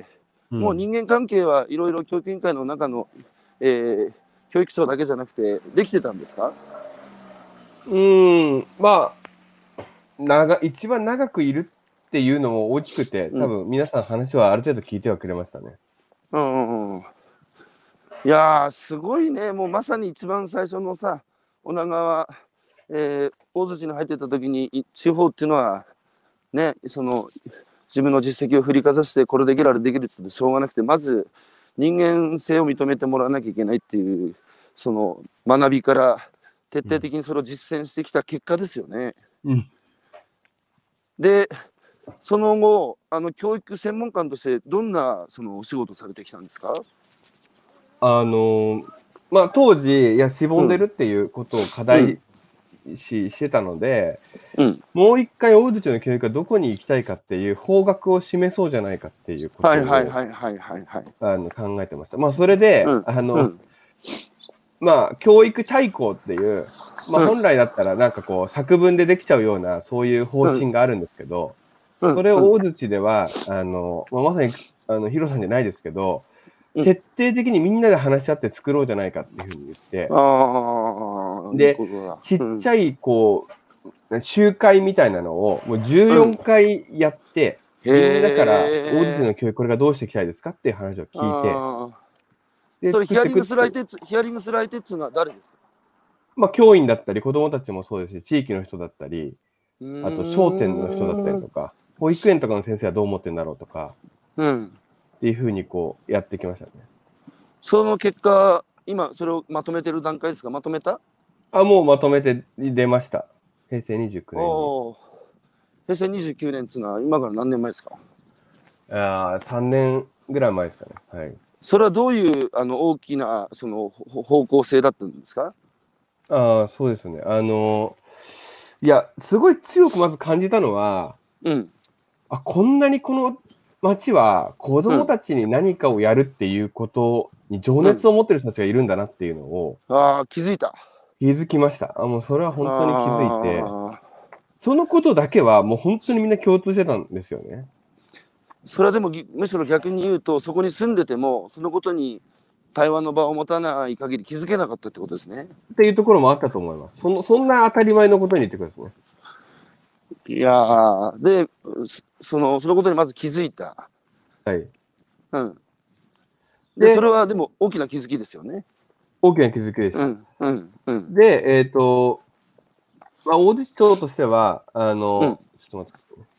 Speaker 1: もう人間関係はいろいろ教育委員会の中の、教育長だけじゃなくてできてたんですか？
Speaker 2: 一番長くいるっていうのも大きくて、多分皆さん話はある程度聞いてはくれましたね。
Speaker 1: いやー、すごいね。もうまさに一番最初のさ、女川、大槌に入ってた時に地方っていうのはね、自分の実績を振りかざしてこれできるあれできるってしょうがなくて、まず人間性を認めてもらわなきゃいけないっていうその学びから徹底的にそれを実践してきた結果ですよね。で、その後教育専門官としてどんなお仕事されてきたんですか？
Speaker 2: 当時しぼんでるっていうことを課題してたので、もう一回大槌の教育がどこに行きたいかっていう方角を示そうじゃないかっていうことを考えてました。それで、教育大綱っていう、本来だったらなんかこう作文でできちゃうようなそういう方針があるんですけど、それを大槌ではまさにヒロさんじゃないですけど、徹底的にみんなで話し合って作ろうじゃないかっていうふうに言って、で、ちっちゃいこう集会みたいなのをもう14回やって、みんなから大槌の教育これがどうしていきたいですかっていう話を聞い
Speaker 1: て、それヒアリングする相手っていうのは誰ですか？
Speaker 2: 教員だったり子どもたちもそうですし、地域の人だったり、あと商店の人だったりとか、保育園とかの先生はどう思ってるんだろうとか、っていうふうにこうやってきましたね。
Speaker 1: その結果、今それをまとめてる段階ですか？まとめた？
Speaker 2: もうまとめて出ました。平成29年に。
Speaker 1: 平成29年っていうのは今から何年前ですか？
Speaker 2: 3年ぐらい前ですかね。はい。
Speaker 1: それはどういう大きなその方向性だったんですか？
Speaker 2: そうですね。いや、すごい強くまず感じたのは、
Speaker 1: うん。
Speaker 2: こんなにこの町は子供たちに何かをやるっていうことに情熱を持ってる人たちがいるんだなっていうのを、
Speaker 1: 気づいた。
Speaker 2: 気づきました。もうそれは本当に気づいて、そのことだけはもう本当にみんな共通してたんですよね。
Speaker 1: それはでもむしろ逆に言うと、そこに住んでてもそのことに対話の場を持たない限り気づけなかったってことですね。
Speaker 2: っていうところもあったと思います。そんな当たり前のことに言ってくるんですね。
Speaker 1: いやー、で、そのことにまず気づいた。
Speaker 2: はい。
Speaker 1: うん。で、それはでも大きな気づきですよね。
Speaker 2: 大きな気づきです。
Speaker 1: うんうんうん。
Speaker 2: で、大槌町としては、ちょっと待ってくださいね。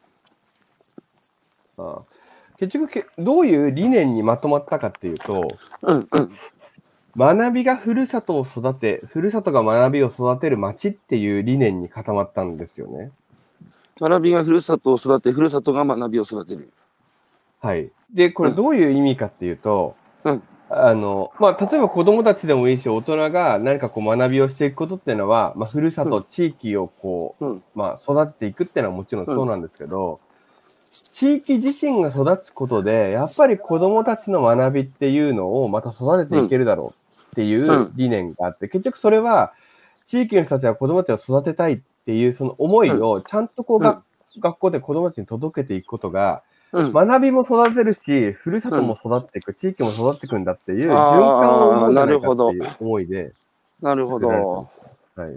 Speaker 2: 結局どういう理念にまとまったかっていうと、学びがふるさとを育て、ふるさとが学びを育てる町っていう理念に固まったんですよね。
Speaker 1: 学びがふるさとを育て、ふるさとが学びを育てる。
Speaker 2: はい。で、これどういう意味かっていうと、例えば子供たちでもいいし、大人が何かこう学びをしていくことっていうのは、ふるさと、地域をこう、育てていくっていうのはもちろんそうなんですけど、地域自身が育つことで、やっぱり子供たちの学びっていうのをまた育てていけるだろうっていう理念があって、結局それは、地域の人たちは子供たちを育てたいっていうその思いをちゃんとこう学校で子供たちに届けていくことが、学びも育てるし、ふるさとも育っていく、地域も育っていくんだっていう循環を生むんじゃないかっていう思いで。
Speaker 1: なるほど。
Speaker 2: はい。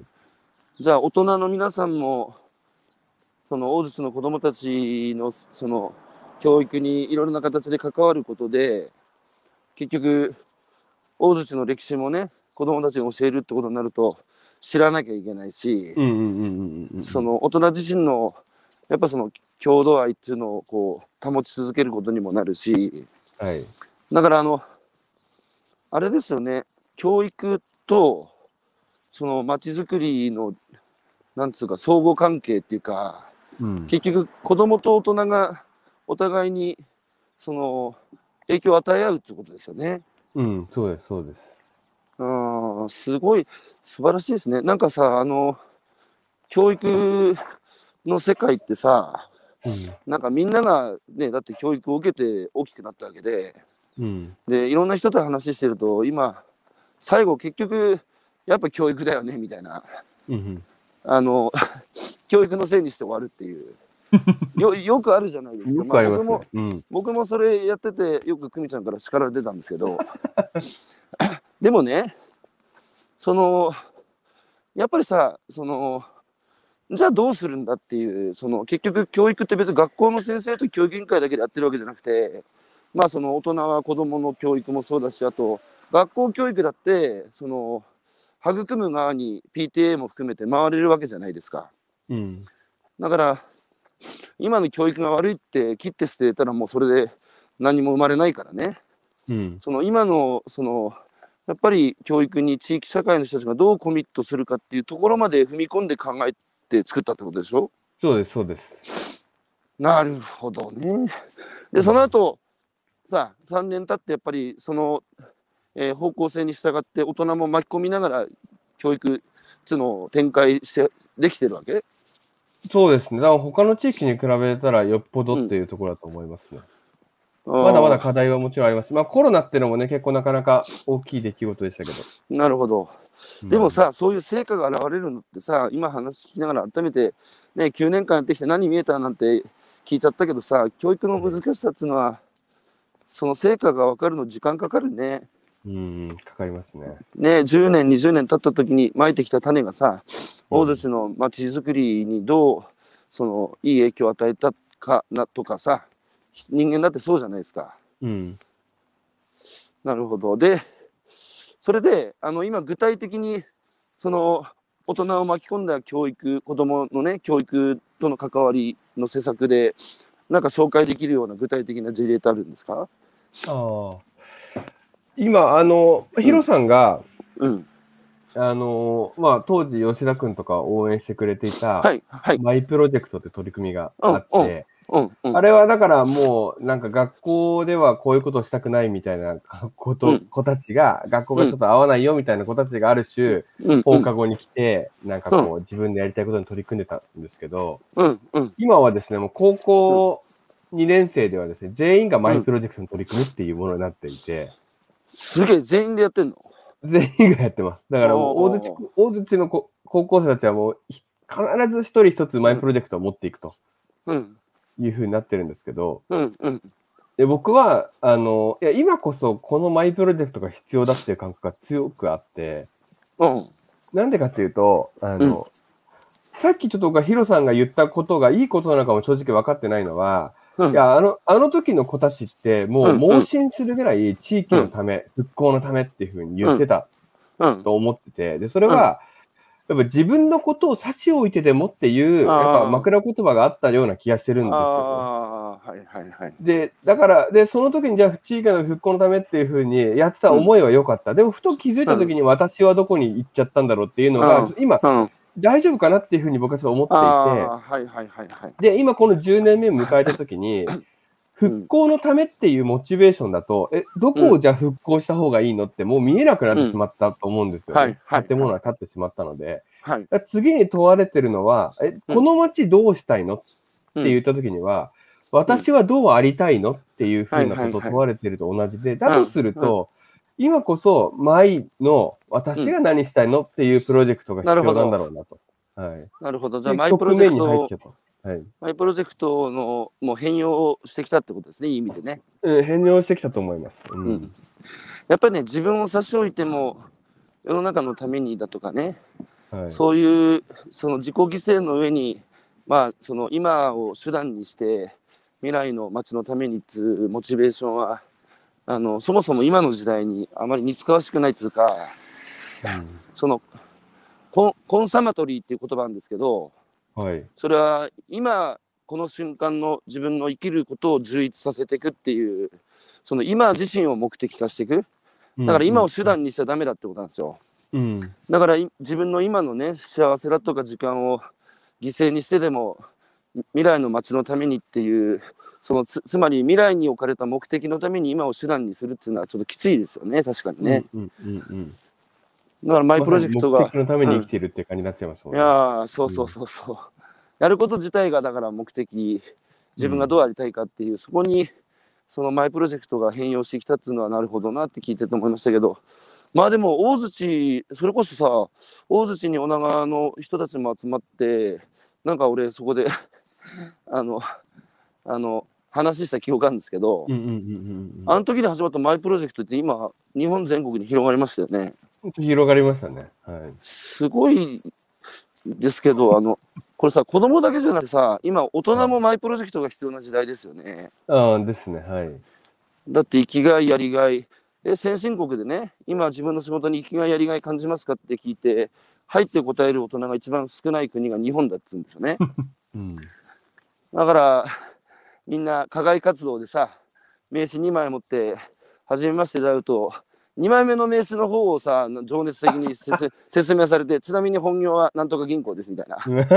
Speaker 1: じゃあ大人の皆さんも、その大槌の子どもたちのその教育にいろいろな形で関わることで、結局大槌の歴史もね、子どもたちに教えるってことになると知らなきゃいけないし、その大人自身のやっぱその郷土愛っていうのをこう保ち続けることにもなるし、
Speaker 2: はい、
Speaker 1: だからあれですよね、教育とその町づくりのなんつうか相互関係っていうか、結局子供と大人がお互いにその影響を与え合うってことですよね。
Speaker 2: そうです、そうです。
Speaker 1: すごい素晴らしいですね。なんかさ、教育の世界ってさ、なんかみんながね、だって教育を受けて大きくなったわけで、でいろんな人と話してると、今最後結局やっぱ教育だよねみたいな、教育のせいにして終わるっていうよくあるじゃないですか。僕もそれやっててよく久美ちゃんから叱られてたんですけどでもね、やっぱりさ、じゃあどうするんだっていう、結局教育って別に学校の先生と教育委員会だけでやってるわけじゃなくて、大人は子どもの教育もそうだし、あと学校教育だって育む側に PTA も含めて回れるわけじゃないですか。だから今の教育が悪いって切って捨てたらもうそれで何も生まれないからね。今のやっぱり教育に地域社会の人たちがどうコミットするかっていうところまで踏み込んで考えて作ったってことでしょ？
Speaker 2: そうです、そうです。
Speaker 1: なるほどね。でその後さ、3年経ってやっぱり方向性に従って大人も巻き込みながら教育っていうのを展開してできてるわけ？
Speaker 2: そうですね。だから他の地域に比べたらよっぽどっていうところだと思いますね。まだまだ課題はもちろんあります。コロナっていうのもね、結構なかなか大きい出来事でしたけど。
Speaker 1: なるほど。でもさ、そういう成果が現れるのってさ、今話聞きながら改めて、ね、9年間やってきて何見えたなんて聞いちゃったけどさ、教育の難しさっていうのは、その成果が分かるの時間かかるね。
Speaker 2: かかりますね。
Speaker 1: ね、10年、20年経った時にまいてきた種がさ、大槌の町づくりにどう、いい影響を与えたかなとかさ、人間だってそうじゃないですか。なるほど。で、それで今具体的に大人を巻き込んだ教育、子どものね教育との関わりの施策でなんか紹介できるような具体的な事例ってあるんですか？
Speaker 2: 今ヒロさんが、 まあ、当時、吉田君とか応援してくれていた、
Speaker 1: はい、はい。
Speaker 2: マイプロジェクトって取り組みが
Speaker 1: うん、
Speaker 2: あって、
Speaker 1: うん、
Speaker 2: あれはだからもう、なんか学校ではこういうことをしたくないみたいな子たちが、学校がちょっと合わないよみたいな子たちがある種、放課後に来て、なんかこう、自分でやりたいことに取り組んでたんですけど、今はですね、もう高校2年生ではですね、全員がマイプロジェクトに取り組むっていうものになっていて、
Speaker 1: すげえ、全員でやってんの？
Speaker 2: 全員がやってます。だからもう大槌の高校生たちはもう必ず一人一つマイプロジェクトを持っていくというふうになってるんですけど、で僕は、いや、今こそこのマイプロジェクトが必要だっていう感覚が強くあって、なんでかっていうと、さっきちょっとヒロさんが言ったことがいいことなのかも正直分かってないのは、いや、あの時の子たちってもう盲信するぐらい地域のため、復興のためっていうふうに言ってたと思ってて、で、それは、やっぱ自分のことを差し置いてでもっていう、やっぱ枕言葉があったような気がしてるんですよ。で、だから、で、その時にじゃあ地域の復興のためっていうふうにやってた思いは良かった。でも、ふと気づいた時に私はどこに行っちゃったんだろうっていうのが、今、大丈夫かなっていうふうに僕はちょっと思っていて、で、今この10年目を迎えた時に、復興のためっていうモチベーションだと、どこをじゃあ復興した方がいいのってもう見えなくなってしまったと思うんですよね。建物が建ってしまったので。次に問われてるのは、この街どうしたいのって言った時には、私はどうありたいのっていうふうなことを問われてると同じで、だとすると、今こそ、前の私が何したいのっていうプロジェクトが必要なんだろうなと。
Speaker 1: なるほど。じゃあ、マイプロジェクトのもう変容してきたってことですね、いい意味でね。
Speaker 2: 変容してきたと思います。
Speaker 1: やっぱりね、自分を差し置いても、世の中のためにだとかね、そういうその自己犠牲の上に、まあ、その今を手段にして、未来の街のためにっていうモチベーションは、そもそも今の時代にあまり似つかわしくないっていうか、その、コンサマトリーっていう言葉なんですけど、それは今この瞬間の自分の生きることを充実させていくっていう、その今自身を目的化していく。だから今を手段にしちゃダメだってことなんですよ。だから自分の今のね、幸せだとか時間を犠牲にしてでも未来の街のためにっていう、そのつまり未来に置かれた目的のために今を手段にするっていうのはちょっときついですよね、確かにね。だからマイプロジェクトが、
Speaker 2: 目的のために生きてるって感じになっちゃいますもんね。
Speaker 1: いやそう。やること自体がだから目的、自分がどうありたいかっていう、そこにそのマイプロジェクトが変容してきたっていうのはなるほどなって聞いてて思いましたけど、まあでも大槌、それこそさ、大槌に女川の人たちも集まって、なんか俺そこで話した記憶あるんですけど、あの時に始まったマイプロジェクトって今日本全国に広がりましたよね。
Speaker 2: 広がりましたね。
Speaker 1: すごいですけど、これさ、子供だけじゃなくてさ、今大人もマイプロジェクトが必要な時代ですよね。
Speaker 2: ですね。
Speaker 1: だって生きがいやりがい、先進国でね、今自分の仕事に生きがいやりがい感じますかって聞いて、はいって答える大人が一番少ない国が日本だって言うんですよね。だからみんな課外活動でさ、名刺2枚持って初めましてで会うと、2枚目の名刺の方をさ、情熱的に説明されて、ちなみに本業はなんとか銀行ですみたい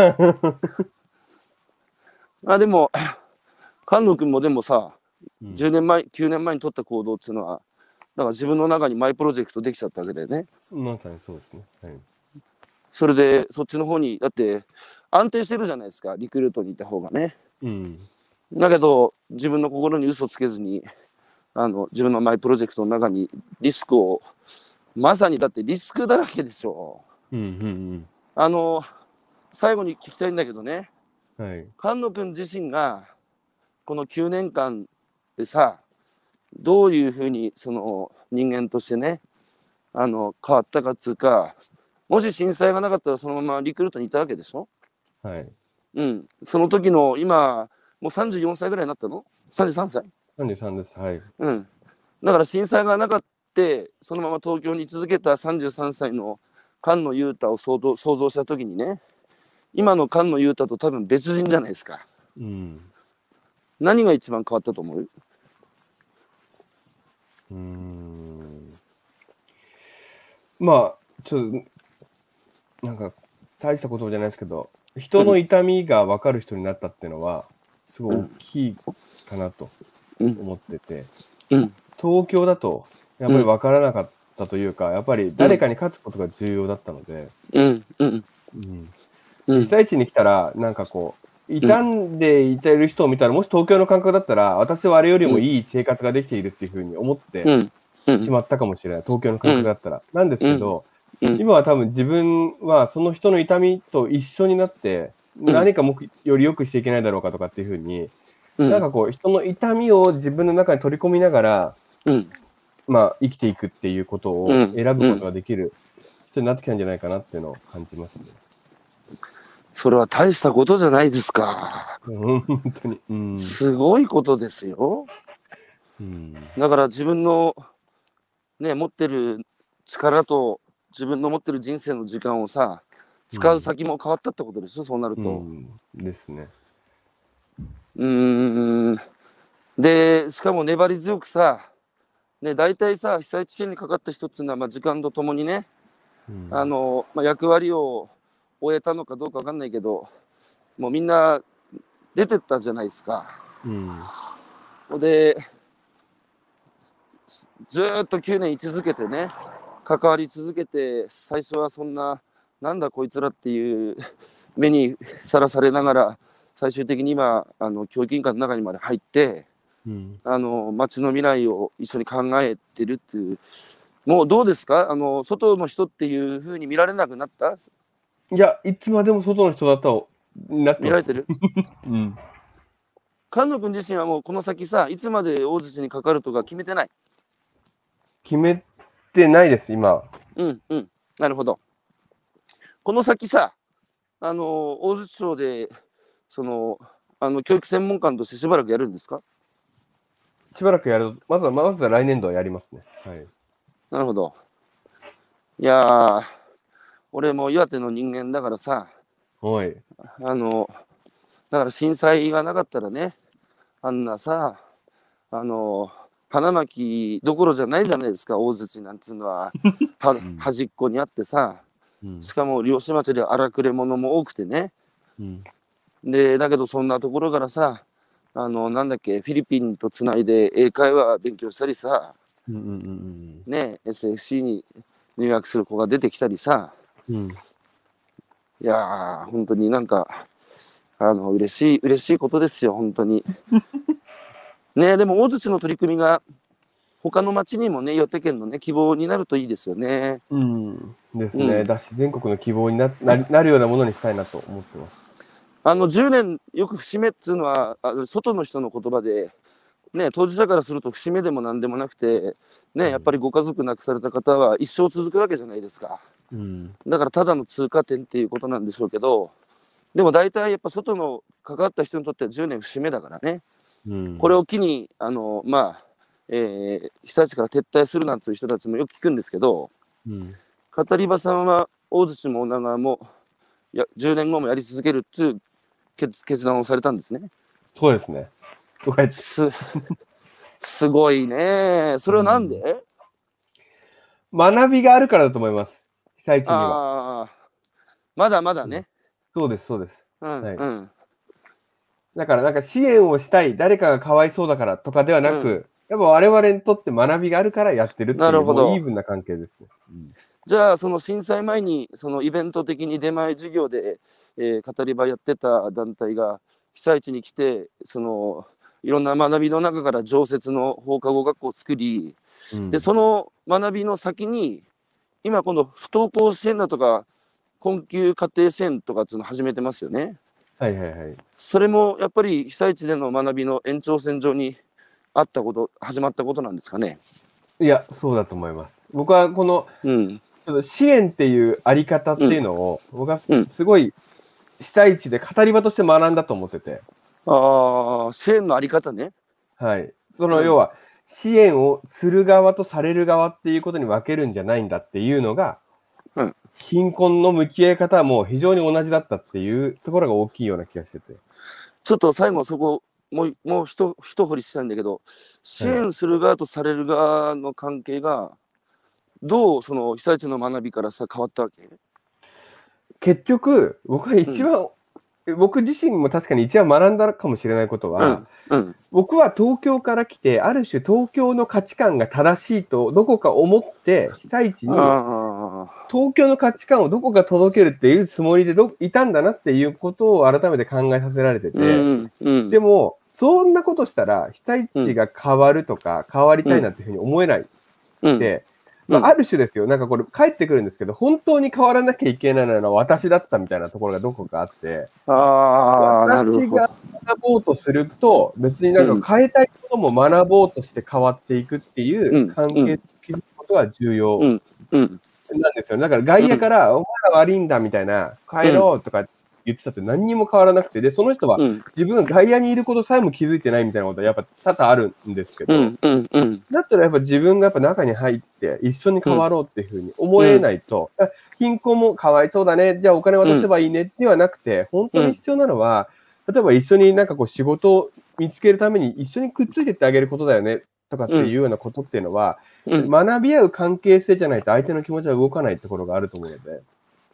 Speaker 1: な。でも菅野君もでもさ、10年前9年前に取った行動っていうのは、だから自分の中にマイプロジェクトできちゃったわけだよね。
Speaker 2: まさにそうですね。
Speaker 1: それでそっちの方にだって安定してるじゃないですか、リクルートにいた方がね。だけど自分の心に嘘つけずに、自分のマイプロジェクトの中にリスクを、まさにだってリスクだらけでしょ。最後に聞きたいんだけどね、菅野君自身がこの9年間でさ、どういうふうにその人間としてね、変わったかっつうか、もし震災がなかったらそのままリクルートにいたわけでしょ。その時の今もう34歳ぐらいになったの ?33 歳
Speaker 2: ?33 です。
Speaker 1: だから震災がなかったそのまま東京に居続けた33歳の菅野雄太を想像した時にね、今の菅野雄太と多分別人じゃないですか。何が一番変わったと思う？
Speaker 2: まあちょっとなんか大したことじゃないですけど、人の痛みが分かる人になったっていうのは、すごい大きいかなと思ってて、東京だとやっぱり分からなかったというか、やっぱり誰かに勝つことが重要だったので、被災地に来たら、なんかこう、傷んでいてる人を見たら、もし東京の感覚だったら、私はあれよりもいい生活ができているっていうふうに思ってしまったかもしれない、東京の感覚だったら。なんですけど、今は多分自分はその人の痛みと一緒になって、何かより良くしていけないだろうかとかっていうふうに、なんかこう、人の痛みを自分の中に取り込みながら、まあ、生きていくっていうことを選ぶことができる人になってきたんじゃないかなっていうのを感じますね。
Speaker 1: それは大したことじゃないですか。
Speaker 2: 本当に。
Speaker 1: すごいことですよ。だから自分の、ね、持ってる力と自分の持ってる人生の時間をさ、使う先も変わったってことですよ、そうなると。
Speaker 2: ですね。
Speaker 1: で、しかも粘り強くさ、ね、大体さ、被災地支援にかかった人っていうのは、まあ、時間とともにね、まあ、役割を終えたのかどうかわかんないけど、もうみんな出てったじゃないですか。で、ずーっと9年居続けてね、関わり続けて、最初はそんな、なんだこいつらっていう目にさらされながら、最終的に今、教育委員会の中にまで入って、町の未来を一緒に考えてるっていう、もうどうですか、外の人っていう風に見られなくなった？
Speaker 2: いや、いつまでも外の人だと
Speaker 1: 見られてる菅野君自身はもうこの先さ、いつまで大槌にかかるとか決めてない？
Speaker 2: 決めてないです、今。
Speaker 1: なるほど。この先さ、大槌町で、教育専門官としてしばらくやるんですか？
Speaker 2: しばらくやる。まずは来年度はやりますね。はい。
Speaker 1: なるほど。いやー、俺も岩手の人間だからさ、だから震災がなかったらね、あんなさ、花巻どころじゃないじゃないですか、大槌なんていうのは端っこにあってさ、しかも漁師町で荒くれ者も多くてね、でだけどそんなところからさ、なんだっけ、フィリピンとつないで英会話勉強したりさ、ね、SFC に入学する子が出てきたりさ、いやー、本当になんか嬉しいことですよ、本当に。ね、でも大槌の取り組みが他の町にもね、岩手県のね、希望になるといいですよね。
Speaker 2: ですね。だし、全国の希望になるようなものにしたいなと思ってます。
Speaker 1: 10年、よく節目っていうのは、外の人の言葉で、ね、当事者からすると節目でもなんでもなくて、ね、やっぱりご家族亡くされた方は一生続くわけじゃないですか。だからただの通過点っていうことなんでしょうけど、でも大体やっぱ外の関わった人にとっては10年節目だからね。これを機に、被災地から撤退するなんていう人たちもよく聞くんですけど、語り場さんは大槌も女川も10年後もやり続けるっていう決断をされたんですね。
Speaker 2: そうですね。
Speaker 1: すごいね。それはなんで？
Speaker 2: 学びがあるからだと思います。被災地には。
Speaker 1: まだまだね。
Speaker 2: そうです、そうです。だからなんか支援をしたい、誰かがかわいそうだからとかではなく、やっぱ我々にとって学びがあるからやってるっていう、もうイーブンな関係ですね。
Speaker 1: じゃあその震災前にそのイベント的に出前授業で、語り場やってた団体が被災地に来て、いろんな学びの中から常設の放課後学校を作り、でその学びの先に今今度不登校支援だとか困窮家庭支援とかっていうのを始めてますよね。それもやっぱり被災地での学びの延長線上に始まったことなんですかね。
Speaker 2: いや、そうだと思います。僕はこの、支援っていうあり方っていうのを、僕はすごい被災地で語り場として学んだと思ってて。
Speaker 1: 支援のあり方ね。
Speaker 2: はい。要は、支援をする側とされる側っていうことに分けるんじゃないんだっていうのが、貧困の向き合い方はもう非常に同じだったっていうところが大きいような気がしてて。
Speaker 1: ちょっと最後そこ、もう一掘りしたいんだけど、支援する側とされる側の関係が、どうその被災地の学びからさ変わったわけ？
Speaker 2: 結局、僕は一番、僕自身も確かに一番学んだかもしれないことは、僕は東京から来て、ある種東京の価値観が正しいとどこか思って、被災地に東京の価値観をどこか届けるっていうつもりでいたんだなっていうことを改めて考えさせられてて、でも、そんなことしたら、被災地が変わるとか、変わりたいなっていうふうに思えないで、ある種ですよ、なんかこれ、返ってくるんですけど、本当に変わらなきゃいけないのは私だったみたいなところがどこかあって、私が学ぼうとすると、別になんか変えたいことも学ぼうとして変わっていくっていう関係を築くことが重要なんですよ。だから外野から、お前ら悪いんだみたいな、変えろとか言ってたって何にも変わらなくて、で、その人は自分が外野にいることさえも気づいてないみたいなことはやっぱ多々あるんですけど、だったらやっぱ自分がやっぱ中に入って一緒に変わろうっていうふうに思えないと、貧困もかわいそうだね、じゃあお金渡せばいいねではなくて、本当に必要なのは、例えば一緒になんかこう仕事を見つけるために一緒にくっついてってあげることだよねとかっていうようなことっていうのは、学び合う関係性じゃないと相手の気持ちは動かないところがあると思うので。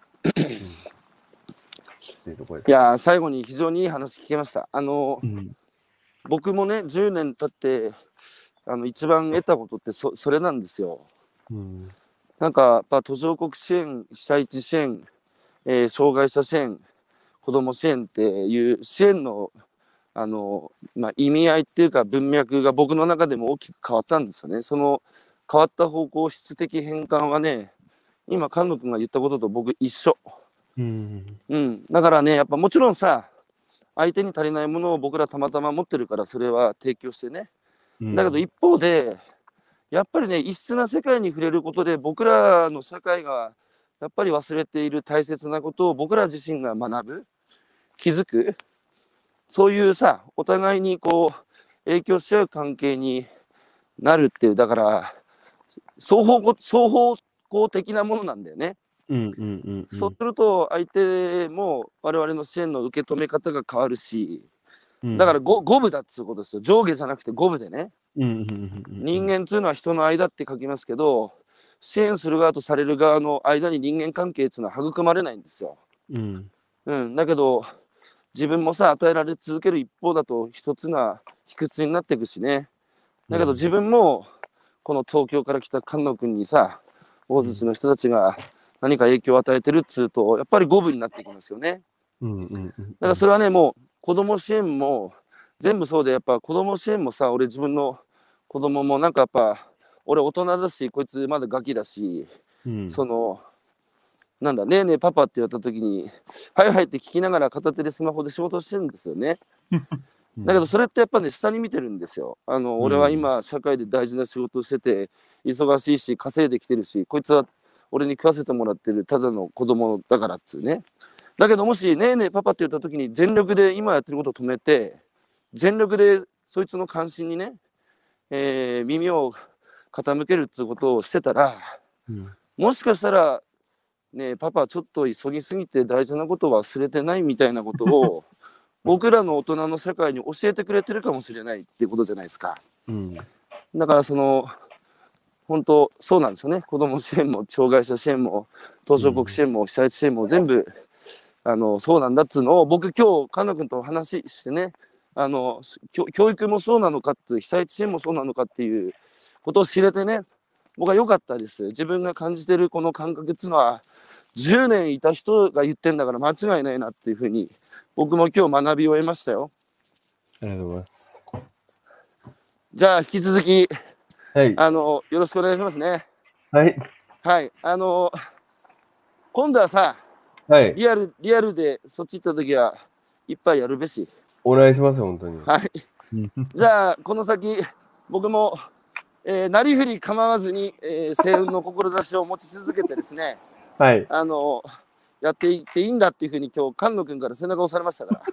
Speaker 1: いや最後に非常にいい話聞けました。僕もね10年経って一番得たことってそれなんですよ。なんかやっぱ途上国支援、被災地支援、障害者支援、子ども支援っていう支援の意味合いっていうか文脈が僕の中でも大きく変わったんですよね。その変わった方向質的変換はね、今菅野君が言ったことと僕一緒。だからねやっぱもちろんさ、相手に足りないものを僕らたまたま持ってるからそれは提供してね、だけど一方でやっぱりね異質な世界に触れることで僕らの社会がやっぱり忘れている大切なことを僕ら自身が学ぶ、気づく、そういうさお互いにこう影響し合う関係になるっていう、だから双方向的なものなんだよね。そうすると相手も我々の支援の受け止め方が変わるし、だから五分だっつうことですよ。上下じゃなくて五分でね。人間っていうのは人の間って書きますけど、支援する側とされる側の間に人間関係っていうのは育まれないんですよ。だけど自分もさ与えられ続ける一方だと一つが卑屈になっていくしね。だけど自分もこの東京から来た菅野君にさ、大槌の人たちが何か影響を与えてるっつうとやっぱり五分になっていきますよね。だからそれはねもう子ども支援も全部そうで、やっぱ子ども支援もさ、俺自分の子供もなんかやっぱ俺大人だしこいつまだガキだし、そのなんだねえねえパパって言われた時にはいはいって聞きながら片手でスマホで仕事してるんですよね。だけどそれってやっぱね下に見てるんですよ。俺は今社会で大事な仕事をしてて忙しいし稼いできてるし、こいつは俺に食わせてもらってるただの子供だからっつうね。だけどもしねえねえパパって言った時に全力で今やってることを止めて全力でそいつの関心にね、耳を傾けるっつうことをしてたら、もしかしたらねえパパちょっと急ぎすぎて大事なことを忘れてないみたいなことを僕らの大人の社会に教えてくれてるかもしれないっていうことじゃないですか。だからその本当そうなんですよね。子ども支援も障害者支援も途上国支援も被災地支援も全部そうなんだっつうのを僕今日菅野君と話してね、教育もそうなのかっていう被災地支援もそうなのかっていうことを知れてね、僕は良かったです。自分が感じてるこの感覚っていうのは10年いた人が言ってんだから間違いないなっていうふうに僕も今日学びを得ましたよ。
Speaker 2: ありがとうございます。
Speaker 1: じゃあ引き続き、はい、よろしくお願いしますね。
Speaker 2: はい。
Speaker 1: はい。今度はさ、はい、リアルでそっち行った時はいっぱいやるべし。
Speaker 2: お願いします本当に。
Speaker 1: はい。じゃあこの先僕も、なりふり構わずに、星雲の志を持ち続けてですね、はい、やっていっていいんだっていうふうに今日菅野君から背中を押されましたから。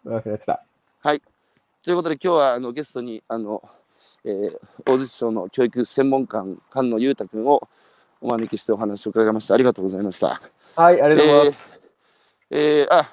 Speaker 2: わかりました。
Speaker 1: はい。ということで今日はゲストに大槌町の教育専門官菅野裕太君をお招きしてお話を伺いました。ありがとうございました。
Speaker 2: はい、ありがとうございます。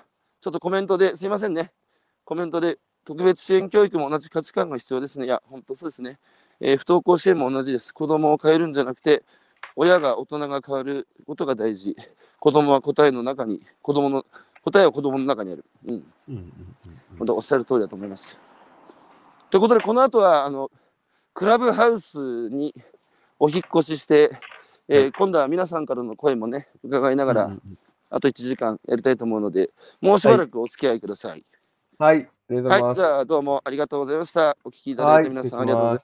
Speaker 1: ちょっとコメントですいませんね。コメントで特別支援教育も同じ価値観が必要ですね。いや、本当そうですね。不登校支援も同じです。子供を変えるんじゃなくて、 親が大人が変わることが大事。子供は答えの中に、答えは子供の中にある。本当おっしゃる通りだと思います。ということで、この後はクラブハウスにお引っ越しして、今度は皆さんからの声もね、伺いながら、あと1時間やりたいと思うので、もうしばらくお付き合いください。
Speaker 2: はい、ありがとうございます。
Speaker 1: はい、じゃあどうもありがとうございました。お聞きいただいて皆さんありがとうございます。